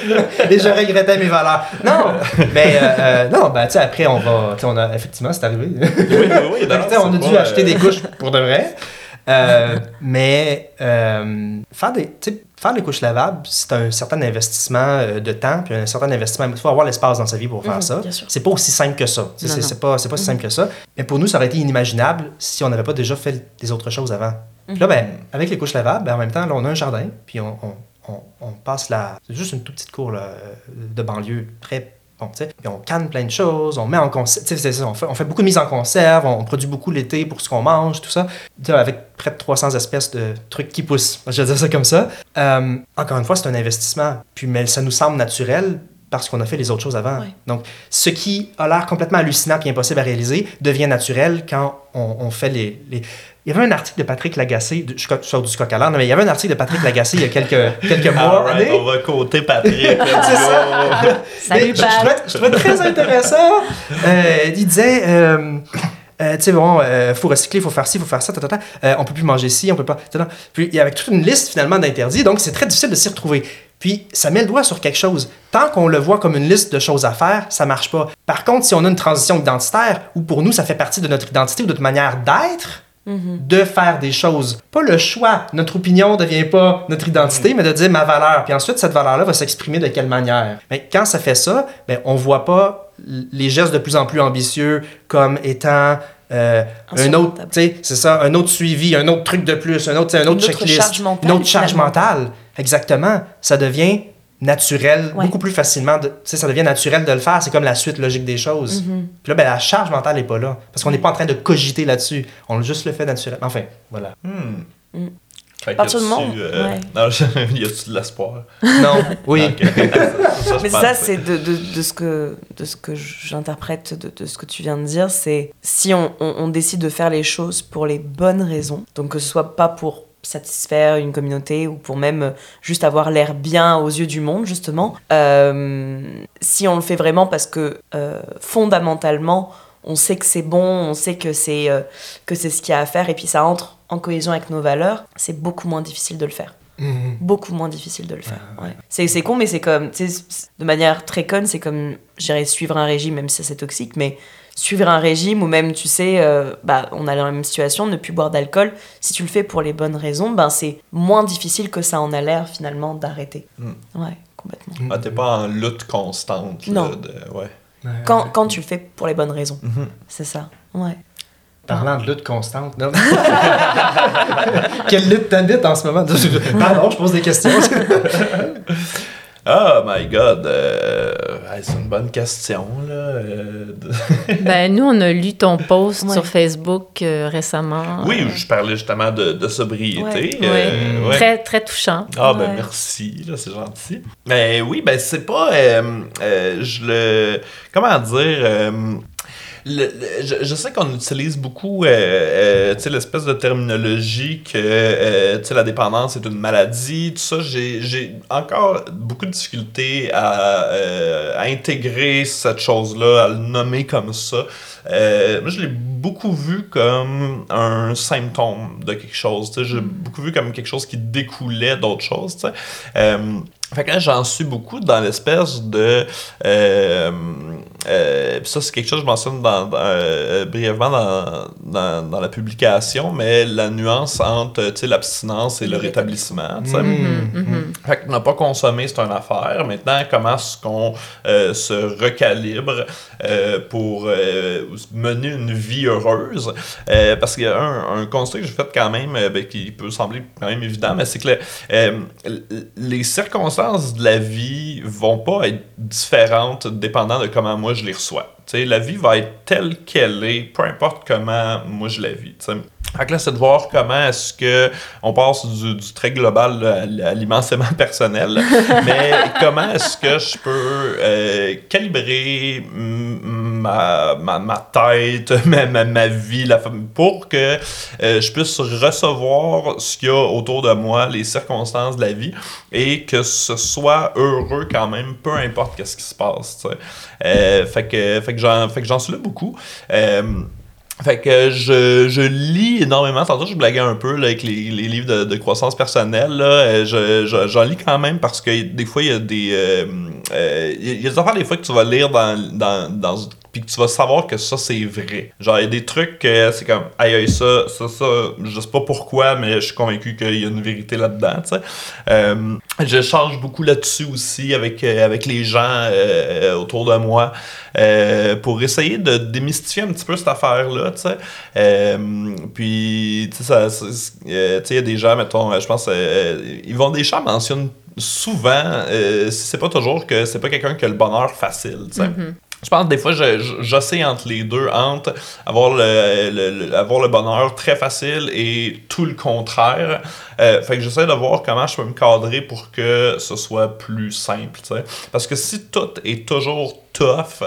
Et je regrettais mes valeurs. Non, mais euh, euh, non, ben tu sais, après, on va... On a, effectivement, c'est arrivé. Oui, oui, oui. Non, on a dû pas, acheter euh... des couches pour de vrai. Euh, mais euh, faire des faire des couches lavables, c'est un certain investissement de temps puis un certain investissement. Il faut avoir l'espace dans sa vie pour faire mmh, ça. C'est pas aussi simple que ça. C'est, non, c'est, non. c'est pas c'est pas mmh. si simple que ça. Mais pour nous, ça aurait été inimaginable si on n'avait pas déjà fait des autres choses avant. Mmh. Puis là, ben avec les couches lavables, ben, en même temps, là, on a un jardin puis on on, on, on passe la c'est juste une toute petite cour là, de banlieue très Bon, puis on canne plein de choses, on met en conserve, on fait, on fait beaucoup de mise en conserve, on produit beaucoup l'été pour ce qu'on mange, tout ça, avec près de trois cents espèces de trucs qui poussent, je vais dire ça comme ça. Euh, encore une fois, c'est un investissement, puis, mais ça nous semble naturel parce qu'on a fait les autres choses avant. Ouais. Donc, ce qui a l'air complètement hallucinant et impossible à réaliser devient naturel quand on, on fait les, les... Il y avait un article de Patrick Lagacé, je sors du coq à l'âne, mais il y avait un article de Patrick Lagacé il y a quelques, quelques mois. Right, on va côté Patrick. C'est ça. Salut, je, je, trouvais, je trouvais très intéressant. Euh, il disait... Euh, Euh, tu sais, bon, euh, faut recycler, faut faire ci, faut faire ça, tata, euh, on peut plus manger ci, on peut pas. Tata. Puis il y avait toute une liste finalement d'interdits, donc c'est très difficile de s'y retrouver. Puis ça met le doigt sur quelque chose. Tant qu'on le voit comme une liste de choses à faire, ça marche pas. Par contre, si on a une transition identitaire, où pour nous ça fait partie de notre identité ou de notre manière d'être, mm-hmm. de faire des choses. Pas le choix. Notre opinion ne devient pas notre identité, mm-hmm. mais de dire ma valeur. Puis ensuite, cette valeur-là va s'exprimer de quelle manière. Mais quand ça fait ça, ben, on voit pas les gestes de plus en plus ambitieux comme étant euh, un autre, tu sais, c'est ça, un autre suivi, un autre truc de plus, un autre, un autre checklist, une autre charge mentale. Exactement. Ça devient naturel, ouais. beaucoup plus facilement. Tu sais, ça devient naturel de le faire. C'est comme la suite logique des choses. Mm-hmm. Puis là, ben, la charge mentale n'est pas là. Parce qu'on n'est pas en train de cogiter là-dessus. On juste le fait naturellement. Enfin, voilà. Hmm. Mm. Fait que tu, euh, ouais. Non, y a-tu de l'espoir? Non, oui. Okay. ça, mais ça, c'est de, de, de, ce que, de ce que j'interprète de, de ce que tu viens de dire, c'est si on, on, on décide de faire les choses pour les bonnes raisons, donc que ce soit pas pour satisfaire une communauté ou pour même juste avoir l'air bien aux yeux du monde, justement, euh, si on le fait vraiment parce que euh, fondamentalement, on sait que c'est bon, on sait que c'est, euh, que c'est ce qu'il y a à faire et puis ça entre en cohésion avec nos valeurs, c'est beaucoup moins difficile de le faire. Mmh. Beaucoup moins difficile de le faire. Ah, ouais. Ouais. C'est, c'est con, mais c'est comme, tu sais, de manière très conne, c'est comme, je dirais, suivre un régime, même si c'est toxique, mais suivre un régime ou même, tu sais, euh, bah, on a la même situation, ne plus boire d'alcool, si tu le fais pour les bonnes raisons, ben, c'est moins difficile que ça en a l'air, finalement, d'arrêter. Mmh. Ouais, complètement. Ah, t'es pas en lutte constante. Non. Là, de... ouais. Quand, quand tu le fais pour les bonnes raisons. Mmh. C'est ça, ouais. Parlant de lutte constante, non? Quelle lutte t'habites en ce moment? Pardon, je pose des questions. Oh my God! Euh, hey, c'est une bonne question, là. Euh, ben, nous, on a lu ton post ouais. sur Facebook euh, récemment. Oui, où je parlais justement de, de sobriété. Ouais. Euh, ouais. ouais. Très, très touchant. Ah, ben ouais. merci, là, c'est gentil. Mais oui, ben c'est pas... Euh, euh, je le... Comment dire... Euh, Le, le, je, je sais qu'on utilise beaucoup euh, euh, tu sais, l'espèce de terminologie que euh, tu sais, la dépendance est une maladie, tout ça. J'ai, j'ai encore beaucoup de difficultés à, euh, à intégrer cette chose-là, à le nommer comme ça. Euh, moi, je l'ai beaucoup vu comme un symptôme de quelque chose. Tu sais, j'ai beaucoup vu comme quelque chose qui découlait d'autre chose. Tu sais. Euh, Fait que là, j'en suis beaucoup dans l'espèce de... Euh, euh, ça, c'est quelque chose que je mentionne dans, dans, euh, brièvement dans, dans, dans la publication, mais la nuance entre l'abstinence et le, le rétablissement. Mmh, mmh. Fait que ne pas consommer, c'est une affaire. Maintenant, comment est-ce qu'on euh, se recalibre euh, pour euh, mener une vie heureuse? Euh, parce qu'il y a un, un constat que j'ai fait quand même, euh, ben, qui peut sembler quand même évident, mais c'est que le, euh, les circonstances de la vie vont pas être différentes dépendant de comment moi je les reçois. T'sais, la vie va être telle qu'elle est, peu importe comment moi je la vis. T'sais. Fait que là, c'est de voir comment est-ce que on passe du, du très global à, à l'immensément personnel, mais comment est-ce que je peux euh, calibrer ma, ma, ma tête, ma, ma, ma vie, la, pour que euh, je puisse recevoir ce qu'il y a autour de moi, les circonstances de la vie, et que ce soit heureux quand même, peu importe qu'est-ce qui se passe. Euh, fait que, fait que j'en, fait que j'en suis là beaucoup. Euh, Fait que je, je lis énormément. Tantôt, je blaguais un peu là, avec les, les livres de, de croissance personnelle. Là. Je, je, j'en lis quand même parce que des fois, il y a des... Euh, euh, il y a des affaires des fois que tu vas lire dans... dans, dans puis que tu vas savoir que ça, c'est vrai. Genre, il y a des trucs que c'est comme, aïe, aïe, ça, ça, ça, je sais pas pourquoi, mais je suis convaincu qu'il y a une vérité là-dedans, tu sais. Euh, je change beaucoup là-dessus aussi avec, euh, avec les gens euh, autour de moi euh, pour essayer de démystifier un petit peu cette affaire-là, tu sais. Euh, puis, tu sais, euh, il y a des gens, mettons, je pense, euh, Yvon Deschamps mentionne souvent, euh, c'est pas toujours que c'est pas quelqu'un qui a le bonheur facile, tu sais. Mm-hmm. Je pense que des fois, je, je, j'essaie entre les deux, entre avoir le, le, le, avoir le bonheur très facile et tout le contraire. Euh, fait que j'essaie de voir comment je peux me cadrer pour que ce soit plus simple, tu sais. Parce que si tout est toujours tough,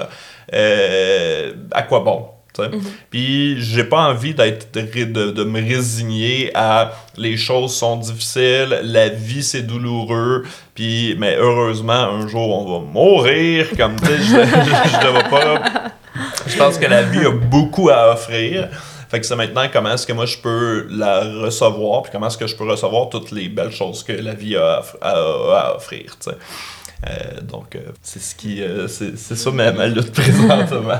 euh, à quoi bon? Mm-hmm. Puis j'ai pas envie d'être de, de, de me résigner à les choses sont difficiles, la vie c'est douloureux, puis mais heureusement un jour on va mourir, comme tu sais, je, je, je devrais pas. Je pense que la vie a beaucoup à offrir. Fait que c'est maintenant comment est-ce que moi je peux la recevoir, puis comment est-ce que je peux recevoir toutes les belles choses que la vie a à, à, à offrir, tu sais. Euh, donc, euh, c'est ce qui. Euh, c'est, c'est ça ma, ma lutte présentement.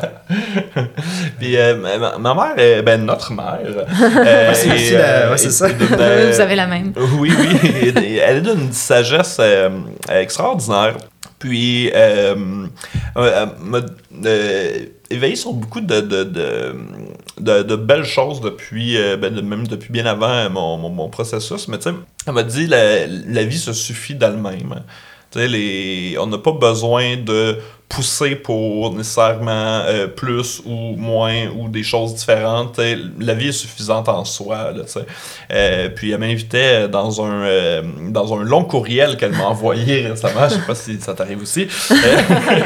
Puis, euh, ma, ma mère, est, ben, notre mère. Euh, c'est aussi la, ouais, c'est ça. Euh, Vous avez la même. Oui, oui. Elle est d'une sagesse euh, extraordinaire. Puis, euh, elle m'a euh, éveillé sur beaucoup de, de, de, de, de belles choses depuis, euh, ben, même depuis bien avant mon, mon, mon processus. Mais tu sais, elle m'a dit la, la vie se suffit d'elle-même. Les, on n'a pas besoin de pousser pour nécessairement euh, plus ou moins ou des choses différentes. T'sais, la vie est suffisante en soi. Là, euh, puis elle m'invitait dans un, euh, dans un long courriel qu'elle m'a envoyé récemment, je sais pas si ça t'arrive aussi, euh,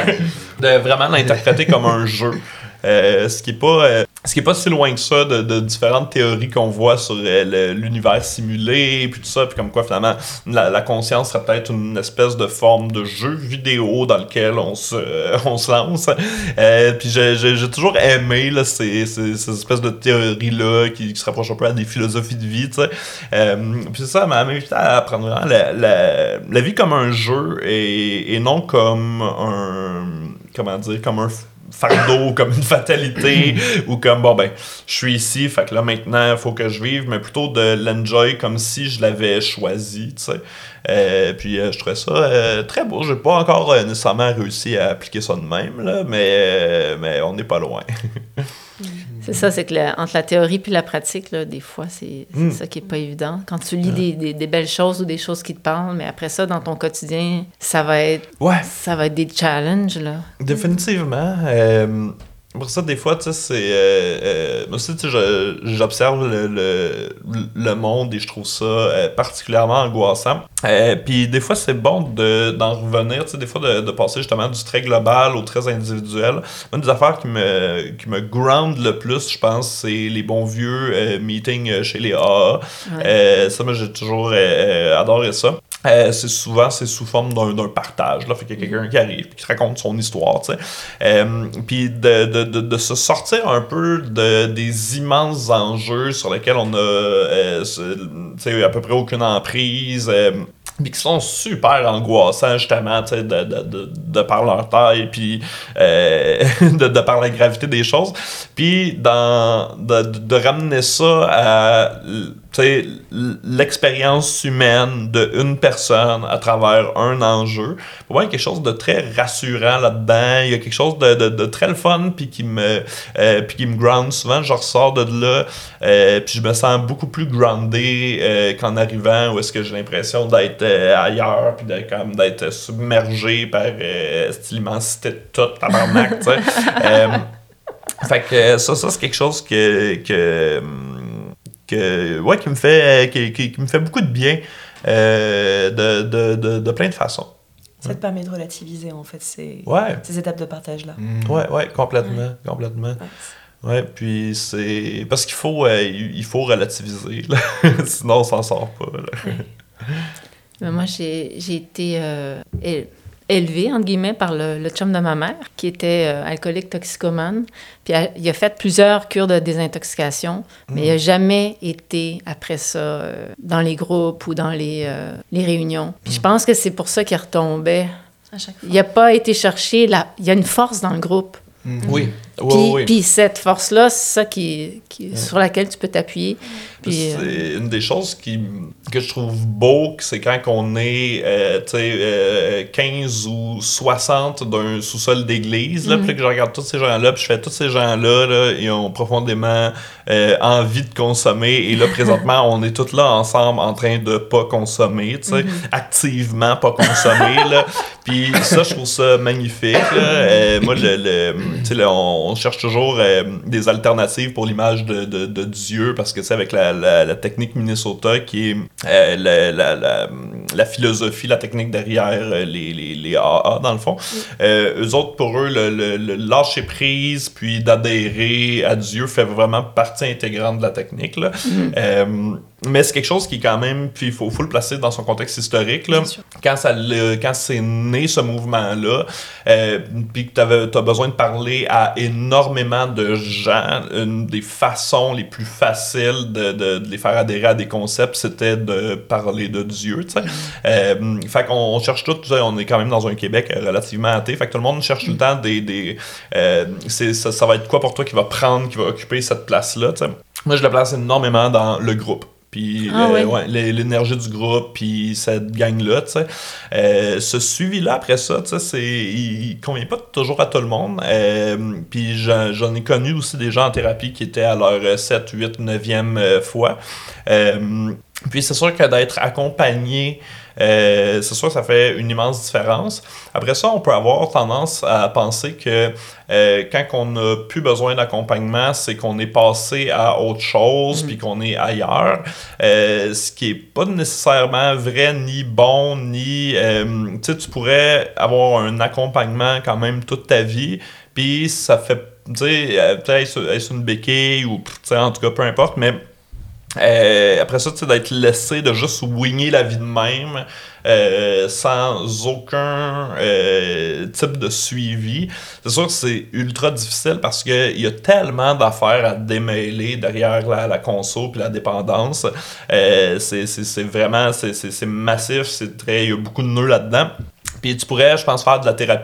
de vraiment l'interpréter comme un jeu. Euh, ce qui est pas euh, ce qui est pas si loin que ça de, de différentes théories qu'on voit sur euh, le, l'univers simulé puis tout ça, puis comme quoi finalement la, la conscience serait peut-être une espèce de forme de jeu vidéo dans lequel on se euh, on se lance. Euh, puis j'ai, j'ai, j'ai toujours aimé là, ces, ces, ces espèces de théories là qui, qui se rapprochent un peu à des philosophies de vie, tu sais. Euh, puis ça, elle m'a invité à apprendre vraiment la, la, la vie comme un jeu et, et non comme un comment dire comme un fardeau, comme une fatalité, ou comme, bon, ben, je suis ici, fait que là, maintenant, il faut que je vive, mais plutôt de l'enjoy comme si je l'avais choisi, tu sais. Euh, puis, euh, je trouvais ça euh, très beau. J'ai pas encore euh, nécessairement réussi à appliquer ça de même, là, mais, euh, mais on n'est pas loin. C'est ça, c'est que la, entre la théorie puis la pratique, là, des fois, c'est, c'est mm. ça qui n'est pas évident. Quand tu lis des, des, des belles choses ou des choses qui te parlent, mais après ça, dans ton quotidien, ça va être, ouais. ça va être des challenges. Là. Définitivement. Euh, pour ça, des fois, tu sais, c'est... Euh, euh, moi aussi, tu sais, je, j'observe le, le, le monde et je trouve ça euh, particulièrement angoissant. Euh, Puis des fois, c'est bon de, d'en revenir, tu sais, des fois, de, de passer justement du très global au très individuel. Une des affaires qui me, qui me ground le plus, je pense, c'est les bons vieux euh, meetings chez les A A. Ouais. Euh, ça, moi, j'ai toujours euh, adoré ça. Euh, c'est souvent c'est sous forme d'un, d'un partage là, fait qu'il y a quelqu'un qui arrive qui te raconte son histoire, tu sais, euh, puis de, de, de, de se sortir un peu de, des immenses enjeux sur lesquels on a euh, à peu près aucune emprise, euh, puis qui sont super angoissants justement, tu sais, de, de, de, de par leur taille, puis euh, de, de par la gravité des choses, puis dans de, de ramener ça à t'sais, l'expérience humaine d'une personne à travers un enjeu. Pour moi, il y a quelque chose de très rassurant là-dedans. Il y a quelque chose de, de, de très le fun puis qui me euh, puis qui me ground. Souvent, je ressors de là euh, puis je me sens beaucoup plus groundé euh, qu'en arrivant où est-ce que j'ai l'impression d'être euh, ailleurs puis d'être, comme, d'être submergé par euh, cette immensité de tout, tabarnak, tu sais. euh, fait que ça, ça, c'est quelque chose que... que Que, ouais, qui me fait qui, qui, qui me fait beaucoup de bien euh, de, de, de, de plein de façons. Ça te permet de relativiser en fait ces, ouais. ces étapes de partage là. Mmh. Ouais, ouais, complètement, ouais. complètement. Ouais. Ouais, puis c'est parce qu'il faut euh, il faut relativiser là. Sinon on s'en sort pas. Là. Ouais. Moi j'ai j'ai été euh, élevée, entre guillemets, par le, le chum de ma mère, qui était euh, alcoolique toxicomane. Puis il a fait plusieurs cures de désintoxication, mmh. mais il n'a jamais été, après ça, euh, dans les groupes ou dans les, euh, les réunions. Puis mmh. je pense que c'est pour ça qu'il retombait. À chaque fois. Il n'a pas été cherché... La... Il y a une force dans le groupe. Mmh. Oui. Puis, oui, oui. puis cette force-là, c'est ça qui, qui, ouais. sur laquelle tu peux t'appuyer. Puis, c'est euh... une des choses qui, que je trouve beau, c'est quand on est euh, euh, quinze ou soixante d'un sous-sol d'église, là, mm-hmm. puis que je regarde tous ces gens-là, puis je fais tous ces gens-là, là, ils ont profondément euh, envie de consommer. Et là, présentement, on est tous là ensemble en train de pas consommer, tu sais, mm-hmm. activement pas consommer. Là. Puis ça, je trouve ça magnifique. Là. Euh, moi, le, le, tu sais, là, on on cherche toujours euh, des alternatives pour l'image de, de, de Dieu, parce que c'est avec la, la, la technique Minnesota qui est euh, la, la, la, la philosophie, la technique derrière les, les, les A A, dans le fond. Mm. Euh, eux autres, pour eux, le, le, le lâcher prise puis d'adhérer à Dieu fait vraiment partie intégrante de la technique. Là. Mm. Euh, mais c'est quelque chose qui est quand même, puis il faut, faut le placer dans son contexte historique. Là. Quand, ça, le, quand c'est né, ce mouvement-là, euh, puis que tu as besoin de parler à énormément de gens, une des façons les plus faciles de, de, de les faire adhérer à des concepts, c'était de parler de Dieu. Tu sais. Euh, fait qu'on on cherche tout, tu sais, on est quand même dans un Québec relativement athée, fait que tout le monde cherche tout le temps des... des euh, c'est, ça, ça va être quoi pour toi qui va prendre, qui va occuper cette place-là. Tu sais. Moi, je le place énormément dans le groupe. Puis ah, euh, oui. ouais, l'énergie du groupe, puis cette gang-là, tu sais. Euh, ce suivi-là, après ça, tu sais, c'est, il, il convient pas toujours à tout le monde. Euh, puis j'en, j'en ai connu aussi des gens en thérapie qui étaient à leur sept, huit, neuvième fois. Euh, puis c'est sûr que d'être accompagné, Euh, c'est sûr que ça fait une immense différence. Après ça, on peut avoir tendance à penser que euh, quand on n'a plus besoin d'accompagnement, c'est qu'on est passé à autre chose, puis mmh. qu'on est ailleurs. Euh, ce qui n'est pas nécessairement vrai, ni bon, ni... Euh, tu sais, tu pourrais avoir un accompagnement quand même toute ta vie, puis ça fait... Tu sais, peut-être est-ce une béquille, ou tu sais, en tout cas, peu importe, mais... Euh, après ça, tu sais, d'être laissé de juste wingger la vie de même euh, sans aucun euh, type de suivi. C'est sûr que c'est ultra difficile parce qu'il y a tellement d'affaires à démêler derrière la, la conso puis la dépendance. Euh, c'est, c'est, c'est vraiment c'est, c'est, c'est massif, c'est très, il y a beaucoup de nœuds là-dedans. Puis tu pourrais, je pense, faire de la thérapie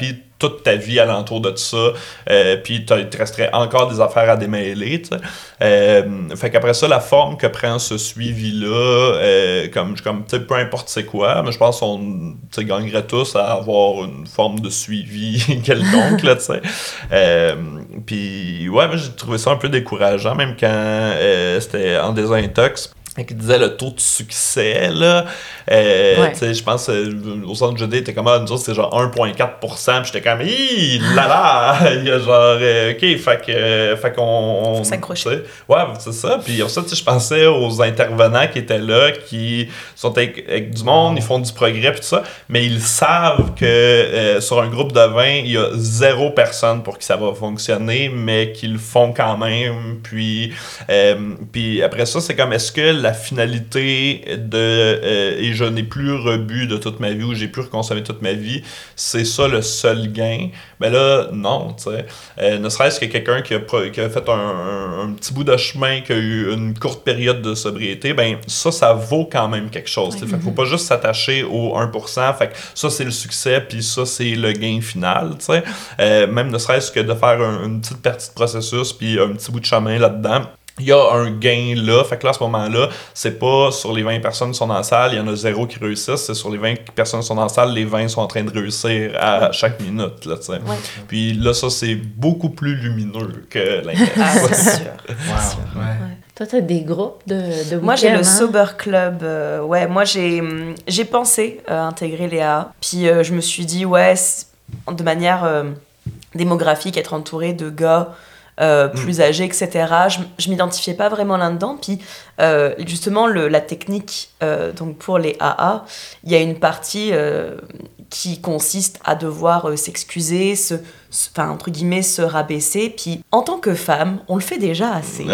toute ta vie alentour de ça, euh, puis il te resterait encore des affaires à démêler, tu sais. Euh, fait qu'après ça, la forme que prend ce suivi-là, euh, comme, comme tu sais, peu importe c'est quoi, mais je pense qu'on gagnerait tous à avoir une forme de suivi quelconque, là, tu sais. Euh, puis, ouais, moi, j'ai trouvé ça un peu décourageant, même quand euh, c'était en désintox. Qui disait le taux de succès, là. Euh, ouais. Tu sais, je pense euh, au centre Judée, était comme, ah, nous autres, c'était genre un virgule quatre pour cent, puis j'étais comme, hi, là là, il y a genre, euh, ok, fait que, euh, fait qu'on. Faut s'accrocher. T'sais, ouais, c'est ça. Puis ça, tu sais, je pensais aux intervenants qui étaient là, qui sont avec, avec du monde, ils font du progrès, puis tout ça, mais ils savent que euh, sur un groupe de vingt, il y a zéro personne pour qui ça va fonctionner, mais qu'ils le font quand même. Puis, euh, puis après ça, c'est comme, est-ce que la finalité de euh, et je n'ai plus rebu de toute ma vie ou j'ai plus reconsommé toute ma vie, c'est ça le seul gain? Ben là, non, tu sais. Euh, ne serait-ce que quelqu'un qui a, qui a fait un, un, un petit bout de chemin, qui a eu une courte période de sobriété, ben ça, ça vaut quand même quelque chose. Ouais. Fait qu'il faut pas juste s'attacher au un pour cent. Fait que ça, c'est le succès, puis ça, c'est le gain final, tu sais. Euh, même ne serait-ce que de faire un, une petite partie de processus, puis un petit bout de chemin là-dedans. Il y a un gain là, fait que là, à ce moment-là, c'est pas sur les vingt personnes qui sont dans la salle, il y en a zéro qui réussissent, c'est sur les vingt personnes qui sont dans la salle, les vingt sont en train de réussir à chaque minute, là, tu sais. Ouais. Puis là, ça, c'est beaucoup plus lumineux que l'inverse. Ah, c'est sûr. Wow. C'est sûr. Ouais. Ouais. Toi, t'as des groupes de, de Moi, j'ai le hein? Sober Club. Euh, ouais, moi, j'ai, j'ai pensé euh, intégrer les A A. Puis euh, je me suis dit, ouais, de manière euh, démographique, être entouré de gars Euh, plus âgés, et cetera. Je, je m'identifiais pas vraiment là-dedans. Puis, euh, justement, le, la technique, euh, donc pour les A A, il y a une partie euh, qui consiste à devoir euh, s'excuser, se, se, enfin, entre guillemets, se rabaisser. Puis, en tant que femme, on le fait déjà assez.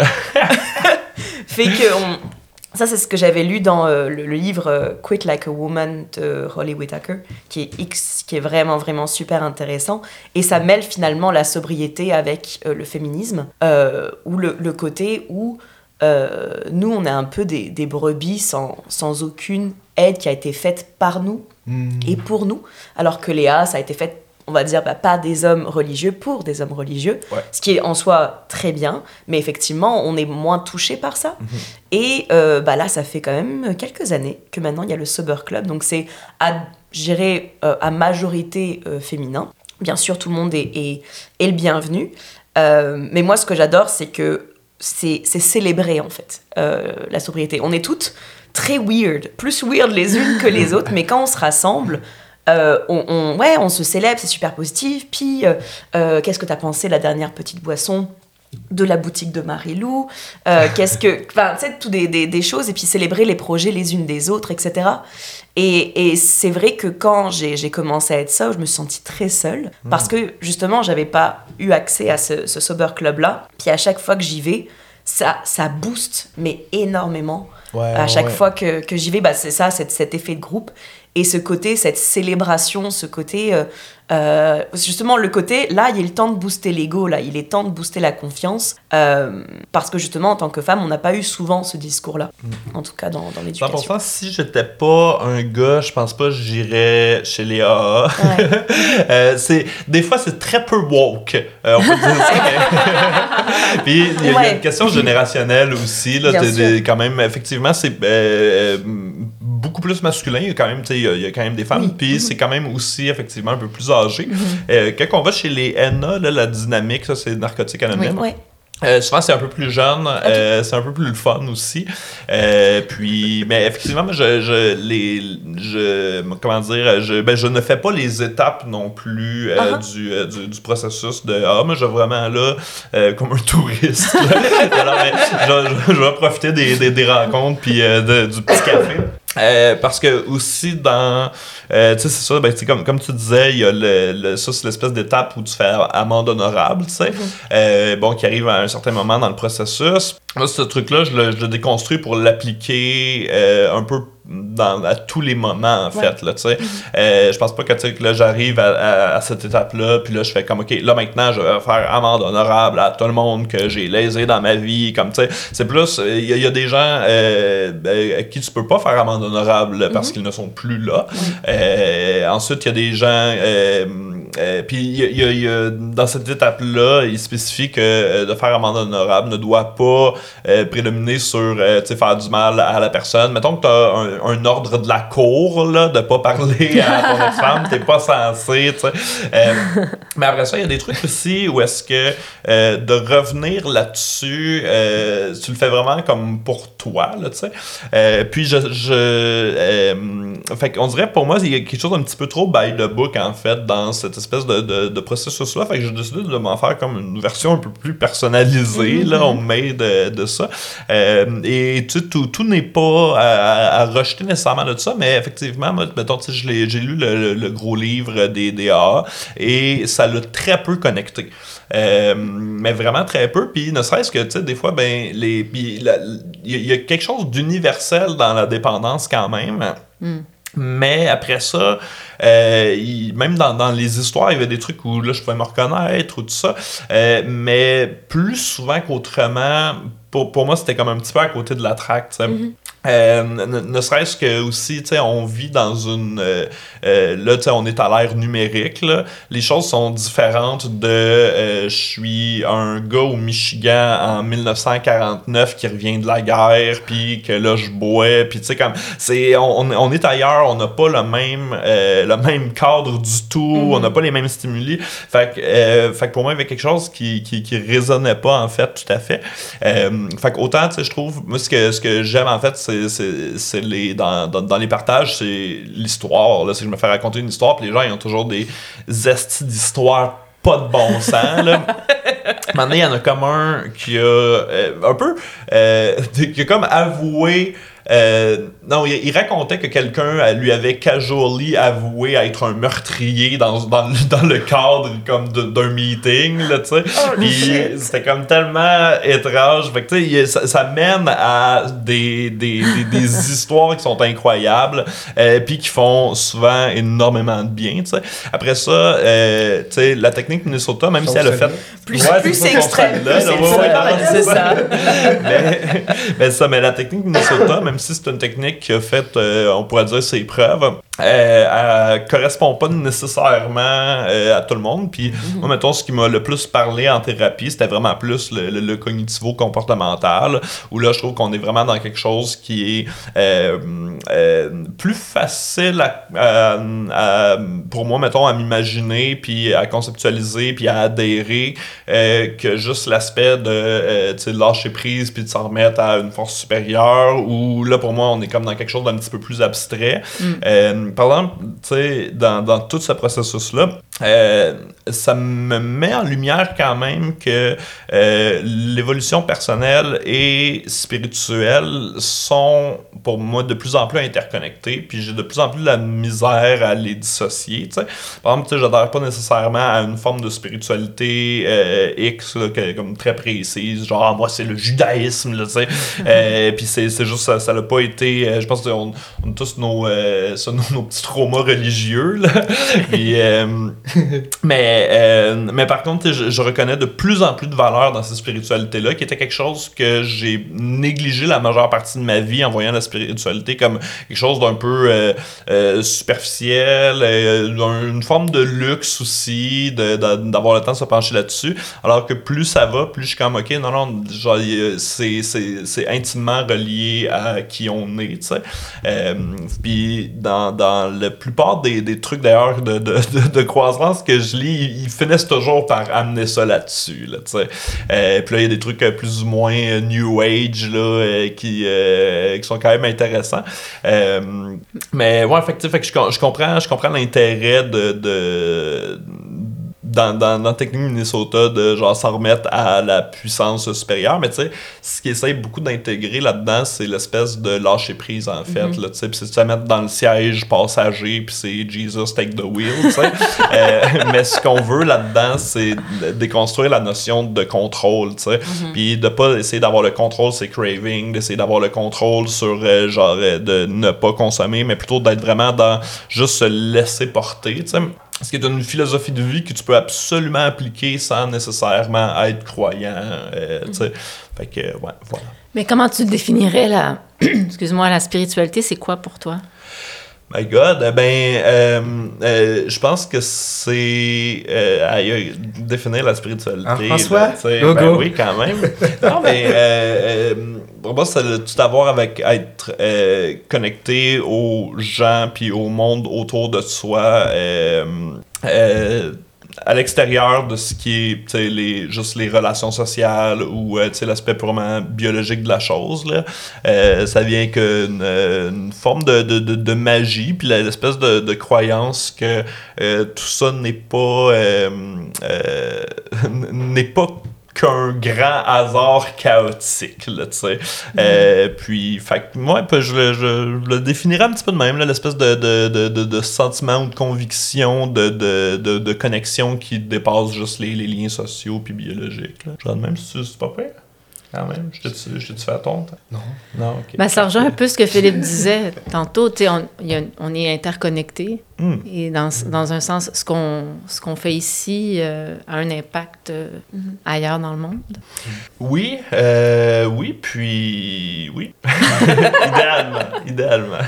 Fait que... On, ça, c'est ce que j'avais lu dans euh, le, le livre euh, Quit Like a Woman de Holly Whitaker, qui est X, qui est vraiment, vraiment super intéressant. Et ça mêle finalement la sobriété avec euh, le féminisme, euh, ou le, le côté où euh, nous, on est un peu des, des brebis sans, sans aucune aide qui a été faite par nous mmh. et pour nous, alors que Léa, ça a été fait, on va dire, bah, pas des hommes religieux pour des hommes religieux, ouais. Ce qui est en soi très bien, mais effectivement, on est moins touché par ça. Mmh. Et euh, bah, là, ça fait quand même quelques années que maintenant, il y a le Sober Club, donc c'est à, je dirais, euh, à majorité euh, féminin. Bien sûr, tout le monde est, est, est le bienvenu, euh, mais moi, ce que j'adore, c'est que c'est, c'est célébrer, en fait, euh, la sobriété. On est toutes très weird, plus weird les unes que les autres, mais quand on se rassemble... Euh, on, on, ouais, on se célèbre, c'est super positif. Puis, euh, euh, qu'est-ce que t'as pensé de la dernière petite boisson de la boutique de Marie-Lou, euh, qu'est-ce que... Enfin, tu sais, tout des, des, des choses, et puis célébrer les projets les unes des autres, et cetera. Et, et c'est vrai que quand j'ai, j'ai commencé à être ça, je me suis sentie très seule, mmh. parce que, justement, j'avais pas eu accès à ce, ce Sober Club-là. Puis à chaque fois que j'y vais, ça, ça booste, mais énormément. Ouais, à chaque ouais. fois que, que j'y vais, bah, c'est ça, c'est, cet effet de groupe. Et ce côté, cette célébration, ce côté... Euh, euh, justement, le côté, là, il est le temps de booster l'ego, là, il est temps de booster la confiance. Euh, parce que, justement, en tant que femme, on n'a pas eu souvent ce discours-là. Mm. En tout cas, dans, dans l'éducation. cent pour cent, si j'étais pas un gars, je pense pas que j'irais chez les A A. Ouais. euh, c'est, des fois, c'est très peu woke. Euh, on peut dire ça. Puis, il y, ouais. y a une question générationnelle aussi. Là, t'es, des, quand même, effectivement, c'est... Euh, beaucoup plus masculin, il y a quand même, il y a, il y a quand même des femmes, oui. Puis mm-hmm. c'est quand même aussi effectivement un peu plus âgé. Mm-hmm. Euh, quand on va chez les N A, là, la dynamique, ça c'est Narcotiques Anonymes. Oui, oui. Euh, souvent c'est un peu plus jeune, okay. euh, c'est un peu plus le fun aussi. Euh, puis, mais effectivement, je, je, les, je, comment dire, je, ben, je ne fais pas les étapes non plus euh, uh-huh. du, euh, du, du processus de ah, moi je vais vraiment là euh, comme un touriste. Alors, mais, je, je vais profiter des, des, des rencontres puis euh, de, du petit café. Euh, parce que aussi dans euh, tu sais c'est ça ben, comme, comme tu disais il y a le, le, ça c'est l'espèce d'étape où tu fais amende honorable tu sais mm-hmm. euh, bon qui arrive à un certain moment dans le processus. Moi ce truc là je le, je le déconstruis pour l'appliquer euh, un peu dans, à tous les moments en fait ouais. là tu sais euh, je pense pas que tu sais que là j'arrive à, à, à cette étape là puis là je fais comme ok là maintenant je vais faire amende honorable à tout le monde que j'ai lésé dans ma vie comme tu sais c'est plus il y, y a des gens euh, à qui tu peux pas faire amende honorable parce mm-hmm. qu'ils ne sont plus là. Mm-hmm. Euh, ensuite, il y a des gens euh, euh, puis il y a, y a, dans cette étape-là, il spécifie que euh, de faire amende honorable ne doit pas euh, prédominer sur euh, faire du mal à la personne. Mettons que tu as un, un ordre de la cour là, de pas parler à ton ex-femme, t'es pas censé. Euh, mais après ça, il y a des trucs aussi où est-ce que euh, de revenir là-dessus, euh, tu le fais vraiment comme pour toi. Là, euh, puis je... je euh, fait qu'on dirait pour moi, il y a quelque chose d'un petit peu trop by the book en fait dans cette espèce de, de, de processus-là. Fait que j'ai décidé de m'en faire comme une version un peu plus personnalisée, mm-hmm. là, on met de, de ça. Euh, et tu sais, tout, tout n'est pas à, à rejeter nécessairement de ça, mais effectivement, moi, mettons, tu sais, je l'ai, j'ai lu le, le, le gros livre des D A A et ça l'a très peu connecté. Euh, mais vraiment très peu, puis ne serait-ce que, tu sais, des fois, ben, les, il y, y a quelque chose d'universel dans la dépendance quand même. Mm. Mais après ça, euh, il, même dans, dans les histoires, il y avait des trucs où là, je pouvais me reconnaître ou tout ça. Euh, mais plus souvent qu'autrement, pour, pour moi, c'était comme un petit peu à côté de la traque, tu sais. Mm-hmm. Euh, ne, ne serait-ce que aussi, tu sais, on vit dans une... Euh, euh, là, tu sais, on est à l'ère numérique, là. Les choses sont différentes de... Euh, je suis un gars au Michigan en dix-neuf cent quarante-neuf qui revient de la guerre, puis que là, je bois, puis tu sais, comme... c'est on, on est ailleurs, on n'a pas le même, euh, le même cadre du tout, mm-hmm. on n'a pas les mêmes stimuli. Fait que, euh, fait que pour moi, il y avait quelque chose qui, qui, qui résonnait pas, en fait, tout à fait. Euh, fait qu'autant, tu sais, je trouve... Moi, ce que, ce que j'aime, en fait, c'est C'est, c'est, c'est les, dans, dans, dans les partages, c'est l'histoire. Là, c'est que je me fais raconter une histoire, puis les gens, ils ont toujours des estis d'histoires pas de bon sens. Là. Maintenant, il y en a comme un qui a euh, un peu... Euh, qui a comme avoué... Euh, non, il, il racontait que quelqu'un lui avait casually avoué être un meurtrier dans, dans, dans le cadre comme de, d'un meeting, là, tu sais. Oh, puis c'était comme tellement étrange. Fait que, tu sais, ça, ça mène à des, des, des, des histoires qui sont incroyables, euh, puis qui font souvent énormément de bien, tu sais. Après ça, euh, tu sais, la technique Minnesota, même si elle a fait... Plus, ouais, plus c'est extrême, plus c'est, ouais, ouais, c'est ça. mais, mais ça, mais la technique Minnesota, même si c'est une technique qui a fait, euh, on pourrait dire, ses preuves, euh, elle correspond pas nécessairement euh, à tout le monde. Puis, mm-hmm. moi, mettons, ce qui m'a le plus parlé en thérapie, c'était vraiment plus le, le, le cognitivo-comportemental, où là, je trouve qu'on est vraiment dans quelque chose qui est euh, euh, plus facile à, à, à, pour moi, mettons, à m'imaginer, puis à conceptualiser, puis à adhérer, euh, que juste l'aspect de, euh, tu sais, lâcher prise, puis de s'en remettre à une force supérieure, où là, pour moi, on est comme dans quelque chose d'un petit peu plus abstrait. Mm. Euh, par exemple, tu sais, dans, dans tout ce processus-là, euh, ça me met en lumière quand même que euh, l'évolution personnelle et spirituelle sont, pour moi, de plus en plus interconnectées, puis j'ai de plus en plus de la misère à les dissocier, tu sais. Par exemple, tu sais, j'adhère pas nécessairement à une forme de spiritualité euh, X, là, que, comme très précise, genre, moi, c'est le judaïsme, là, tu sais. euh, puis c'est, c'est juste, ça, ça l'a pas été, euh, je pense qu'on on a tous nos, euh, ça, nos, nos petits traumas religieux, là. Puis, euh, mais, euh, mais par contre, je, je reconnais de plus en plus de valeur dans cette spiritualité-là, qui était quelque chose que j'ai négligé la majeure partie de ma vie en voyant la spiritualité comme quelque chose d'un peu euh, euh, superficiel, euh, une forme de luxe aussi, de, de, d'avoir le temps de se pencher là-dessus. Alors que plus ça va, plus je suis comme, ok, non, non, genre, c'est, c'est, c'est intimement relié à qui on est, tu sais. Euh, puis dans, dans la plupart des, des trucs d'ailleurs de, de, de, de croissance que je lis, ils, ils finissent toujours par amener ça là-dessus, là, tu sais. Euh, puis là, il y a des trucs plus ou moins euh, New Age, là, euh, qui, euh, qui sont quand même intéressants. Euh, mais ouais, fait, fait que je, je comprends, je comprends l'intérêt de, de dans, dans, dans la technique Minnesota de genre s'en remettre à la puissance supérieure, mais tu sais, ce qui essaie beaucoup d'intégrer là-dedans, c'est l'espèce de lâcher prise en fait, mm-hmm. là, tu sais, puis c'est de se mettre dans le siège passager, puis c'est Jesus take the wheel, tu sais. euh, mais ce qu'on veut là-dedans, c'est déconstruire la notion de contrôle, tu sais, mm-hmm. puis de pas essayer d'avoir le contrôle sur ses cravings, d'essayer d'avoir le contrôle sur euh, genre euh, de ne pas consommer, mais plutôt d'être vraiment dans juste se laisser porter, tu sais. Ce qui est une philosophie de vie que tu peux absolument appliquer sans nécessairement être croyant. Euh, tu sais. Fait que, ouais, voilà. Mais comment tu définirais la, excuse-moi, la spiritualité, c'est quoi pour toi? My God, eh ben, euh, euh, je pense que c'est euh, aïe, aïe, définir la spiritualité. Hein, François? Là, t'sais, Go, ben go. oui, quand même. Non, mais euh, euh, pour moi, ça a tout à voir avec être euh, connecté aux gens puis au monde autour de soi. Euh, euh, à l'extérieur de ce qui est les, juste les relations sociales ou euh, l'aspect purement biologique de la chose. Là. Euh, ça vient qu'une une forme de, de, de, de magie, puis l'espèce de, de croyance que euh, tout ça n'est pas euh, euh, n'est pas qu'un grand hasard chaotique, là, tu sais. Mm. Euh, puis, fait que moi, je, je, je le définirais un petit peu de même, là, l'espèce de, de, de, de, de sentiment ou de conviction, de, de, de, de connexion qui dépasse juste les, les liens sociaux puis biologiques, là. Genre, même si c'est pas pire. Quand même, je t'ai-tu fait tonte? Non. Non, ok. Ben, ça rejoint un peu ce que Philippe disait tantôt. Tu sais, on, y a, on est interconnectés. Mm. Et dans, dans un sens, ce qu'on, ce qu'on fait ici euh, a un impact euh, mm-hmm. ailleurs dans le monde. Oui, euh, oui, puis oui. idéalement, idéalement.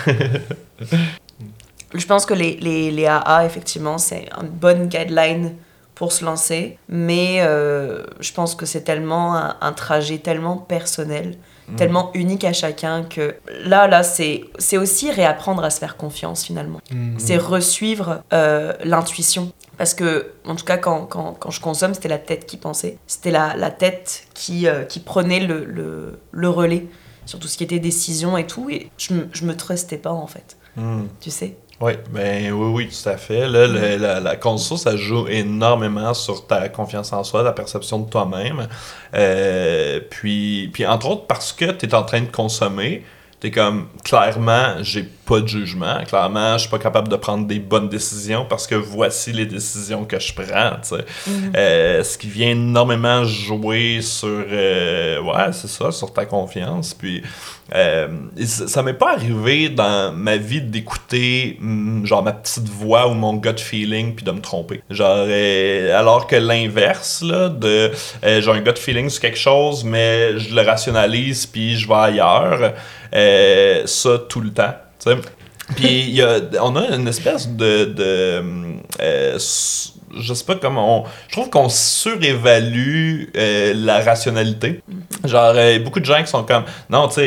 Je pense que les, les, les A A, effectivement, c'est une bonne guideline pour se lancer, mais euh, je pense que c'est tellement un, un trajet tellement personnel, mmh. tellement unique à chacun que là, là c'est, c'est aussi réapprendre à se faire confiance finalement. Mmh. C'est resuivre euh, l'intuition. Parce que, en tout cas, quand, quand, quand je consomme, c'était la tête qui pensait. C'était la, la tête qui, euh, qui prenait le, le, le relais sur tout ce qui était décision et tout, et je me, je me trustais pas en fait. Mmh. Tu sais? Oui, ben oui, oui, tout à fait. Là, mm. le, la, la conso, ça joue énormément sur ta confiance en soi, ta perception de toi-même. Euh, puis, puis, entre autres, parce que tu es en train de consommer, t'es comme, clairement, j'ai pas de jugement. Clairement, je suis pas capable de prendre des bonnes décisions parce que voici les décisions que je prends, tu sais. Mm-hmm. Euh, ce qui vient énormément jouer sur, euh, ouais, c'est ça, sur ta confiance. Puis, euh, ça, ça m'est pas arrivé dans ma vie d'écouter, genre, ma petite voix ou mon gut feeling puis de me tromper. Genre, euh, alors que l'inverse, là, de, euh, j'ai un gut feeling sur quelque chose, mais je le rationalise puis je vais ailleurs. Euh, ça tout le temps, tu sais. Puis il y a, on a une espèce de, de euh, je sais pas comment on, je trouve qu'on surévalue euh, la rationalité. Genre euh, beaucoup de gens qui sont comme non, tu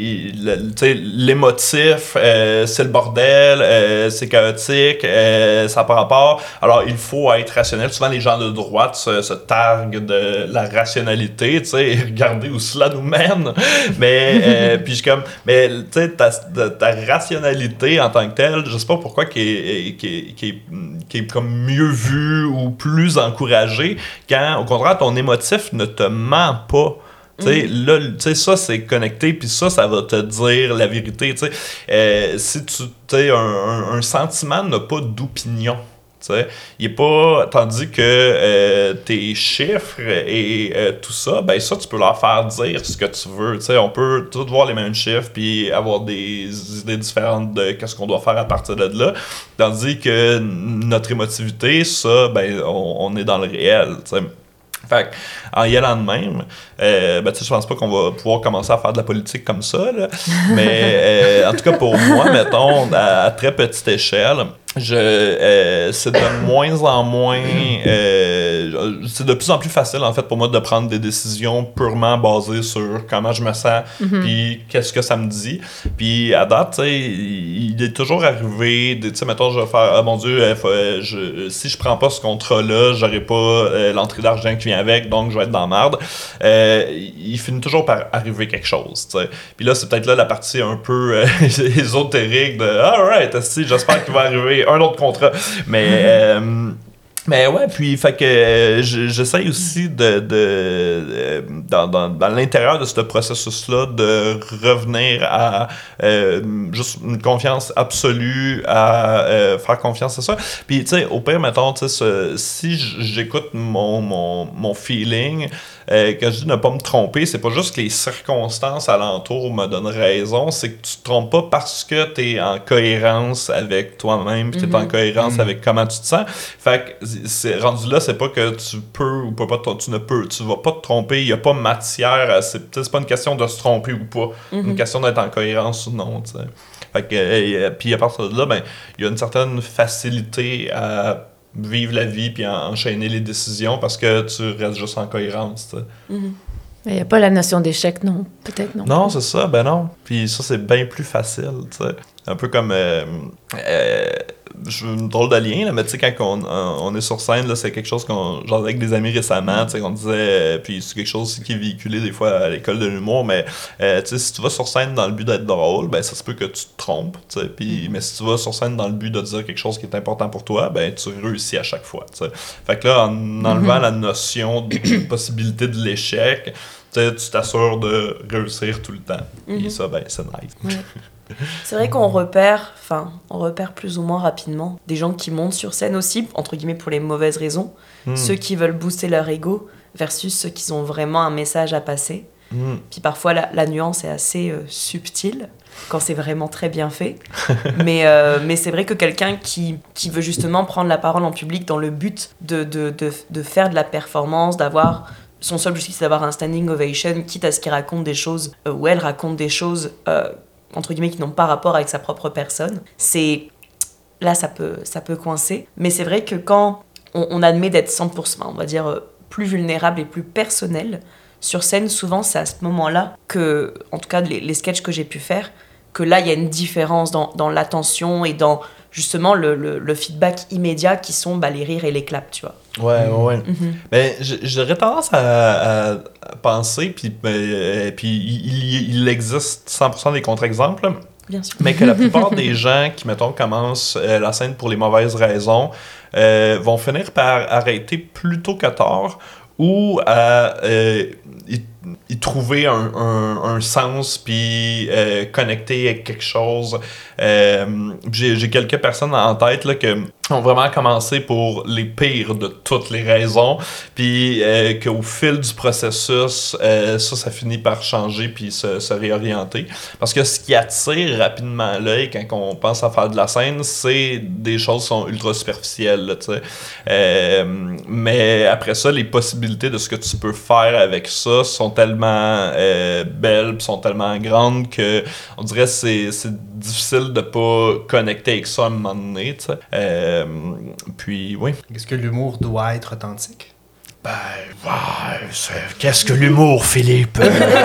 sais, l'émotif, euh, c'est le bordel, euh, c'est chaotique, euh, ça n'a pas rapport. Alors il faut être rationnel. Souvent les gens de droite se, se targuent de la rationalité, tu sais, regardez où cela nous mène. Mais euh, puis je suis comme, mais tu sais, ta, ta, ta rationalité en tant que telle, je sais pas pourquoi qui est, qui est, qui est, qui est comme mieux vue ou plus encouragée quand au contraire ton émotif ne te ment pas. Tu sais, mm. là, tu sais, ça, c'est connecté, puis ça, ça va te dire la vérité, tu sais. Euh, si tu, tu sais, un, un, un sentiment n'a pas d'opinion, tu sais. Il est pas... Tandis que euh, tes chiffres et euh, tout ça, ben ça, tu peux leur faire dire ce que tu veux, tu sais. On peut tous voir les mêmes chiffres, puis avoir des idées différentes de qu'est-ce qu'on doit faire à partir de là. Tandis que notre émotivité, ça, ben, on, on est dans le réel, tu sais. Fait en y allant de même, euh, ben, je pense pas qu'on va pouvoir commencer à faire de la politique comme ça, là. Mais euh, en tout cas pour moi, mettons, à, à très petite échelle, je, euh, c'est de moins en moins, euh, c'est de plus en plus facile en fait pour moi de prendre des décisions purement basées sur comment je me sens, mm-hmm. puis qu'est-ce que ça me dit. Puis à date, tu sais, il est toujours arrivé, tu sais, mettons, je vais faire, ah mon Dieu, euh, faut, euh, je, si je prends pas ce contrat-là, j'aurai pas euh, l'entrée d'argent qui vient avec, donc je vais être dans la merde. Euh, il finit toujours par arriver quelque chose, tu sais. Puis là, c'est peut-être là la partie un peu euh, ésotérique de, alright, si j'espère qu'il va arriver un autre contrat, mais euh, mais ouais, puis fait que euh, j'essaye aussi de, de, de dans, dans, dans l'intérieur de ce processus-là de revenir à euh, juste une confiance absolue, à euh, faire confiance à ça. Puis tu sais, au pire, mettons, tu sais, si j'écoute mon, mon, mon feeling, euh, quand je dis ne pas me tromper, c'est pas juste que les circonstances alentour me donnent raison, c'est que tu te trompes pas parce que t'es en cohérence avec toi-même, puis t'es mm-hmm. en cohérence mm-hmm. avec comment tu te sens. Fait que c'est rendu là, c'est pas que tu peux ou pas, pas tu ne peux, tu vas pas te tromper, il y a pas matière, à, c'est, c'est pas une question de se tromper ou pas, mm-hmm. une question d'être en cohérence ou non, tu sais. Fait que, et, et, puis à partir de là, ben, il y a une certaine facilité à vivre la vie puis à enchaîner les décisions parce que tu restes juste en cohérence, tu sais. Mm-hmm. Il n'y a pas la notion d'échec, non, peut-être non. Non, c'est ça, ben non. Puis ça, c'est bien plus facile, tu sais. Un peu comme... Euh, euh, je une drôle de lien, là, mais tu sais, quand on, on est sur scène, là, c'est quelque chose qu'on... Genre avec des amis récemment, tu sais, qu'on disait... Euh, puis c'est quelque chose qui est véhiculé des fois à l'école de l'humour, mais euh, tu sais, si tu vas sur scène dans le but d'être drôle, ben ça se peut que tu te trompes, tu sais. Puis, mais si tu vas sur scène dans le but de dire quelque chose qui est important pour toi, ben tu réussis à chaque fois, tu sais. Fait que là, en enlevant mm-hmm. la notion de possibilité de l'échec... tu t'assures de réussir tout le temps. Mm-hmm. Et ça, ben, c'est nice. Ouais. C'est vrai qu'on repère, enfin, on repère plus ou moins rapidement des gens qui montent sur scène aussi, entre guillemets pour les mauvaises raisons, mm. ceux qui veulent booster leur ego versus ceux qui ont vraiment un message à passer. Mm. Puis parfois, la, la nuance est assez euh, subtile quand c'est vraiment très bien fait. mais, euh, mais c'est vrai que quelqu'un qui, qui veut justement prendre la parole en public dans le but de, de, de, de faire de la performance, d'avoir... Son seul objectif, c'est d'avoir un standing ovation, quitte à ce qu'il raconte des choses, euh, ou elle raconte des choses, euh, entre guillemets, qui n'ont pas rapport avec sa propre personne. C'est... Là, ça peut, ça peut coincer. Mais c'est vrai que quand on, on admet d'être cent pour cent, on va dire, euh, plus vulnérable et plus personnel, sur scène, souvent, c'est à ce moment-là que, en tout cas, les, les sketchs que j'ai pu faire, que là, il y a une différence dans, dans l'attention et dans, justement, le, le, le feedback immédiat qui sont bah, les rires et les claps, tu vois. Ouais, ouais, ouais. Mm-hmm. Ben, j'aurais tendance à, à penser, puis ben, puis il, il existe cent pour cent des contre-exemples, bien sûr. Mais que la plupart des gens qui, mettons, commencent euh, la scène pour les mauvaises raisons euh, vont finir par arrêter plus tôt que tard ou à euh, y, y trouver un, un, un sens puis euh, connecter avec quelque chose. Euh, j'ai, j'ai quelques personnes en tête là, que ont vraiment commencé pour les pires de toutes les raisons, puis euh, qu'au fil du processus, euh, ça, ça finit par changer puis se, se réorienter. Parce que ce qui attire rapidement l'œil quand on pense à faire de la scène, c'est des choses qui sont ultra superficielles, là, tu sais. Euh, mais après ça, les possibilités de ce que tu peux faire avec ça sont tellement euh, belles, sont tellement grandes que on dirait que c'est, c'est difficile de pas connecter avec ça à un moment donné, tu sais. Euh, puis, oui. Est-ce que l'humour doit être authentique? Ben, ouais, c'est... qu'est-ce que l'humour, Philippe?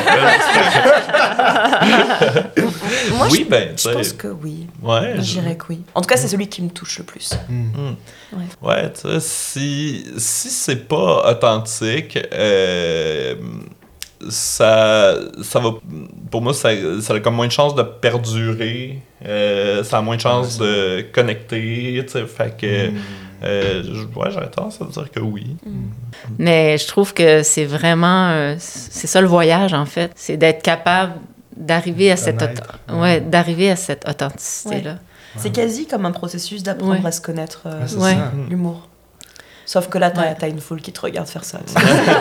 Moi, oui, je, ben, je pense que oui. Ouais, je dirais que oui. En tout cas, c'est celui qui me touche le plus. Mm. Mm. Ouais, ouais tu sais, si, si c'est pas authentique, euh, ça, ça va, pour moi, ça, ça a comme moins de chances de perdurer, euh, ça a moins de chances de connecter, tu sais, fait que... Mm. Euh, ouais, j'aurais tendance à dire que oui. Mm. Mais je trouve que c'est vraiment... Euh, c'est ça le voyage, en fait. C'est d'être capable d'arriver à cette, auth- ouais, d'arriver à cette authenticité-là. Ouais. C'est quasi comme un processus d'apprendre ouais. à se connaître, euh, ouais, ça, l'humour. Sauf que là, t'as, ouais. t'as une foule qui te regarde faire ça.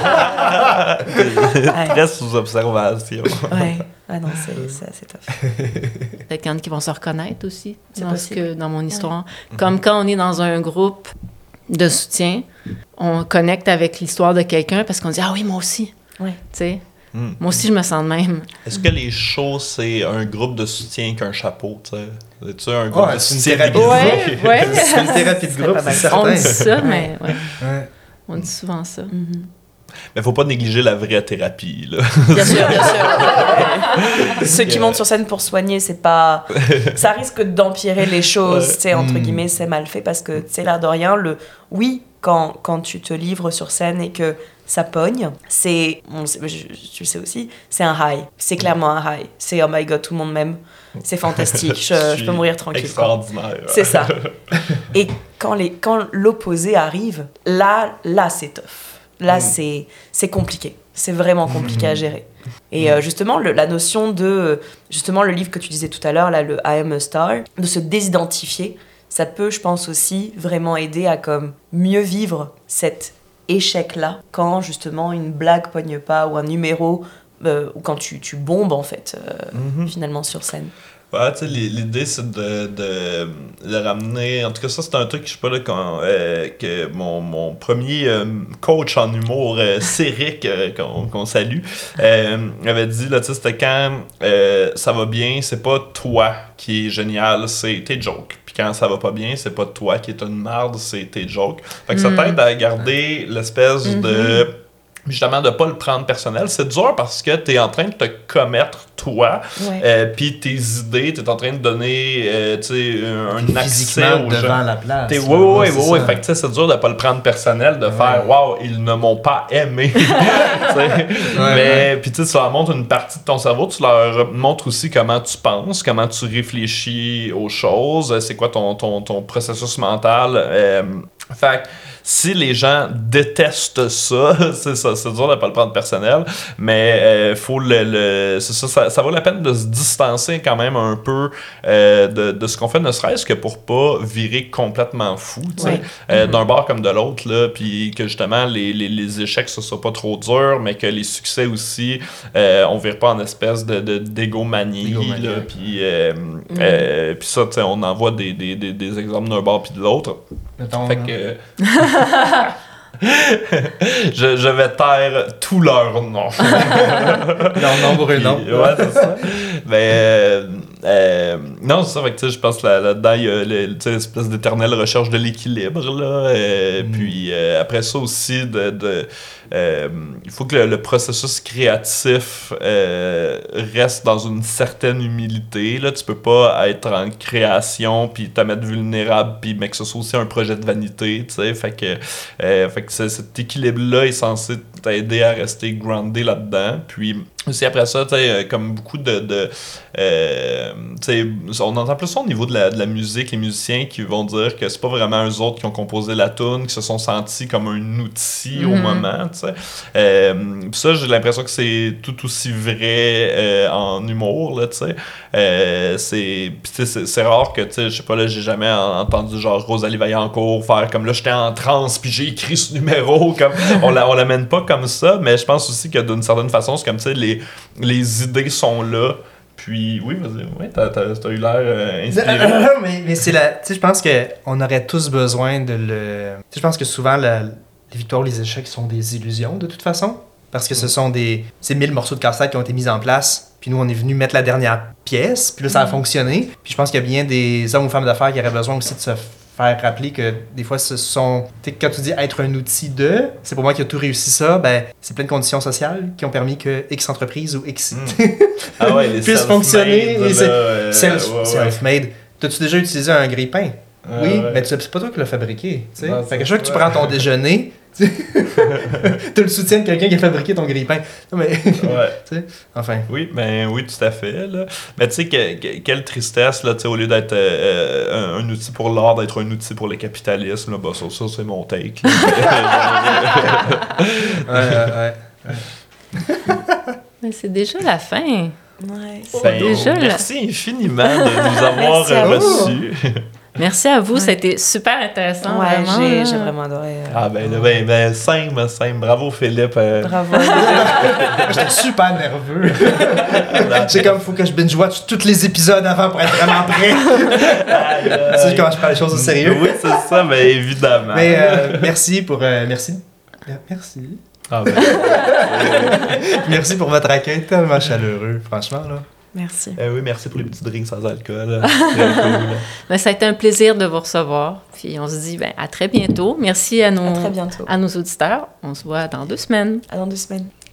Reste sous observation. Ouais. Ah non, c'est, c'est assez tough. Il y en a qui vont se reconnaître aussi c'est dans, ce que, dans mon histoire. Ouais. Comme quand on est dans un groupe de soutien, on connecte avec l'histoire de quelqu'un parce qu'on dit « Ah oui, moi aussi! Ouais. » Tu sais, mm. moi aussi, je me sens de même. Est-ce que les shows, c'est un groupe de soutien qu'un chapeau, tu sais? C'est-tu un groupe oh, de c'est soutien? Une thérapie ouais, ouais. C'est une thérapie de groupe, c'est certain. On dit ça, mais ouais. ouais. On dit souvent ça. Mm-hmm. Mais faut pas négliger la vraie thérapie, là. Bien sûr, bien sûr. Ceux qui montent sur scène pour soigner, c'est pas... Ça risque d'empirer les choses, tu sais, entre mm. guillemets, c'est mal fait parce que, tu sais, l'air de rien, le... Oui, quand, quand tu te livres sur scène et que ça pogne, c'est... Bon, c'est je, je le sais aussi, c'est un high. C'est clairement un high. C'est « Oh my God, tout le monde m'aime. C'est fantastique. Je, je, je peux mourir tranquille. » Extraordinaire. Quoi. C'est ça. Et quand, les, quand l'opposé arrive, là, là, c'est tough. Là, mmh. c'est, c'est compliqué. C'est vraiment compliqué mmh. à gérer. Et euh, justement, le, la notion de... Justement, le livre que tu disais tout à l'heure, là, le I Am a Star, de se désidentifier, ça peut, je pense aussi, vraiment aider à comme, mieux vivre cet échec-là quand, justement, une blague pogne pas ou un numéro... Euh, ou quand tu, tu bombes, en fait, euh, mmh. finalement, sur scène. Ouais, tu sais, l'idée, c'est de, de, de ramener... En tout cas, ça, c'est un truc, je sais pas, là, quand, euh, que mon, mon premier euh, coach en humour, euh, Céric, euh, qu'on, qu'on salue, euh, avait dit, là, tu sais, c'était quand euh, ça va bien, c'est pas toi qui est génial, c'est tes jokes. Puis quand ça va pas bien, c'est pas toi qui est une merde, c'est tes jokes. Fait que ça Mm. t'aide à garder l'espèce Mm-hmm. de... Justement, de pas le prendre personnel. C'est dur parce que t'es en train de te commettre, toi, Ouais. euh, puis tes idées, t'es en train de donner euh, tu sais, un, un accès Physiquement aux devant gens. la place. T'es, là, oui, oui, c'est oui, oui. ça. Fait que tu sais, c'est dur de pas le prendre personnel, de Ouais. faire « Wow, ils ne m'ont pas aimé. » Tu sais. Mais, puis tu sais, tu leur montres une partie de ton cerveau, tu leur montres aussi comment tu penses, comment tu réfléchis aux choses, c'est quoi ton, ton, ton processus mental. Euh, fait que si les gens détestent ça, c'est ça, c'est dur de pas le prendre personnel, mais euh, faut le, le c'est ça, ça, ça vaut la peine de se distancer quand même un peu euh, de, de ce qu'on fait, ne serait-ce que pour pas virer complètement fou, tu sais, Ouais. euh, d'un bord comme de l'autre, là, puis que justement les, les, les échecs ce soit pas trop dur, mais que les succès aussi, euh, on vire pas en espèce de, de d'égomanie, D'égomanie, là, ouais. puis euh, euh, puis ça, tu sais, on envoie des, des, des, des exemples d'un bord puis de l'autre. Mettons, Fait là. que. je, je vais taire tous leurs noms. Leur nombre et Puis, nom. ouais, c'est ça. Mais. Euh, euh, non, c'est ça. Fait que, tu sais, je pense que là- là-dedans, il y a le- tu sais, l'espèce d'éternelle recherche de l'équilibre. Là, euh, Mm. Puis euh, après ça aussi, de, de, euh, il faut que le, le processus créatif euh, reste dans une certaine humilité. Là. Tu peux pas être en création puis te mettre vulnérable, puis mais que ce soit aussi un projet de vanité. Tu sais. Fait que, euh, fait que c'est- cet équilibre-là est censé t'aider à rester groundé là-dedans. Puis aussi après ça, tu sais, euh, comme beaucoup de... de euh, tu sais, on entend plus ça au niveau de la, de la musique, les musiciens qui vont dire que c'est pas vraiment eux autres qui ont composé la tune, qui se sont sentis comme un outil au Mhm. moment, tu sais. Euh, pis ça, j'ai l'impression que c'est tout aussi vrai euh, en humour, là, tu sais. Euh, c'est, pis tu sais, c'est, c'est rare que, tu sais, je sais pas, là, j'ai jamais en- entendu genre Rosalie Vaillancourt faire comme là, j'étais en transe puis j'ai écrit ce numéro, comme on, la, on l'amène pas comme ça, mais je pense aussi que d'une certaine façon, c'est comme, tu sais, les, les idées sont là. Puis, oui, vas-y, ouais, t'as, t'as, t'as eu l'air euh, inspiré. mais, mais c'est la. Tu sais, je pense qu'on aurait tous besoin de le. Tu sais, je pense que souvent, la- les victoires, les échecs sont des illusions de toute façon. Parce que ce sont des. C'est mille morceaux de casse-tête qui ont été mis en place. Puis nous, on est venu mettre la dernière pièce. Puis là, ça a fonctionné. Puis je pense qu'il y a bien des hommes ou femmes d'affaires qui auraient besoin aussi de se faire rappeler que des fois, ce sont. Tu sais, quand tu dis être un outil de, c'est pour moi qui a tout réussi ça, ben, c'est plein de conditions sociales qui ont permis que X entreprise ou X Ah ouais, les puisse self-made, fonctionner. Et là, c'est euh, self- ouais, ouais. self-made. T'as-tu déjà utilisé un grille-pain? Ah Oui, ouais. mais tu- c'est pas toi qui l'as fabriqué. Tu sais. Non, Fait que c'est chaque fois que tu vrai. prends ton déjeuner, tu as le soutien de quelqu'un qui a fabriqué ton grille-pain. Non, mais, tu Ouais. sais, enfin. Oui, ben oui, tout à fait. Là. Mais tu sais, que, que- quelle tristesse, là, tu sais, au lieu d'être euh, un, un outil pour l'art, d'être un outil pour le capitalisme, là, bah, ça, ça c'est mon take. là. Ouais, ouais, ouais. Mais c'est déjà la fin. Ouais. Ben, déjà, là. merci infiniment de nous avoir Merci à euh, vous. reçus. Merci à vous, Ouais. ça a été super intéressant. Ouais, vraiment, j'ai, là. j'ai vraiment adoré. euh, Ah ben là, ben, ben, simple, simple. Bravo Philippe. euh, Bravo. J'étais super nerveux. C'est comme, faut que je binge-watch tous les épisodes avant pour être vraiment prêt. aïe, aïe. Tu sais comment je prends les choses au sérieux. Oui, c'est ça, mais évidemment. Mais euh, merci pour. euh, merci. Merci. Ah ben, Merci pour votre accueil tellement chaleureux, franchement. Là. Merci. euh, oui, merci pour les petits drinks sans alcool. Très cool. Ben, ça a été un plaisir de vous recevoir. Puis on se dit ben, à très bientôt. Merci à nos, À très bientôt. à nos auditeurs. On se voit dans deux semaines. À dans deux semaines.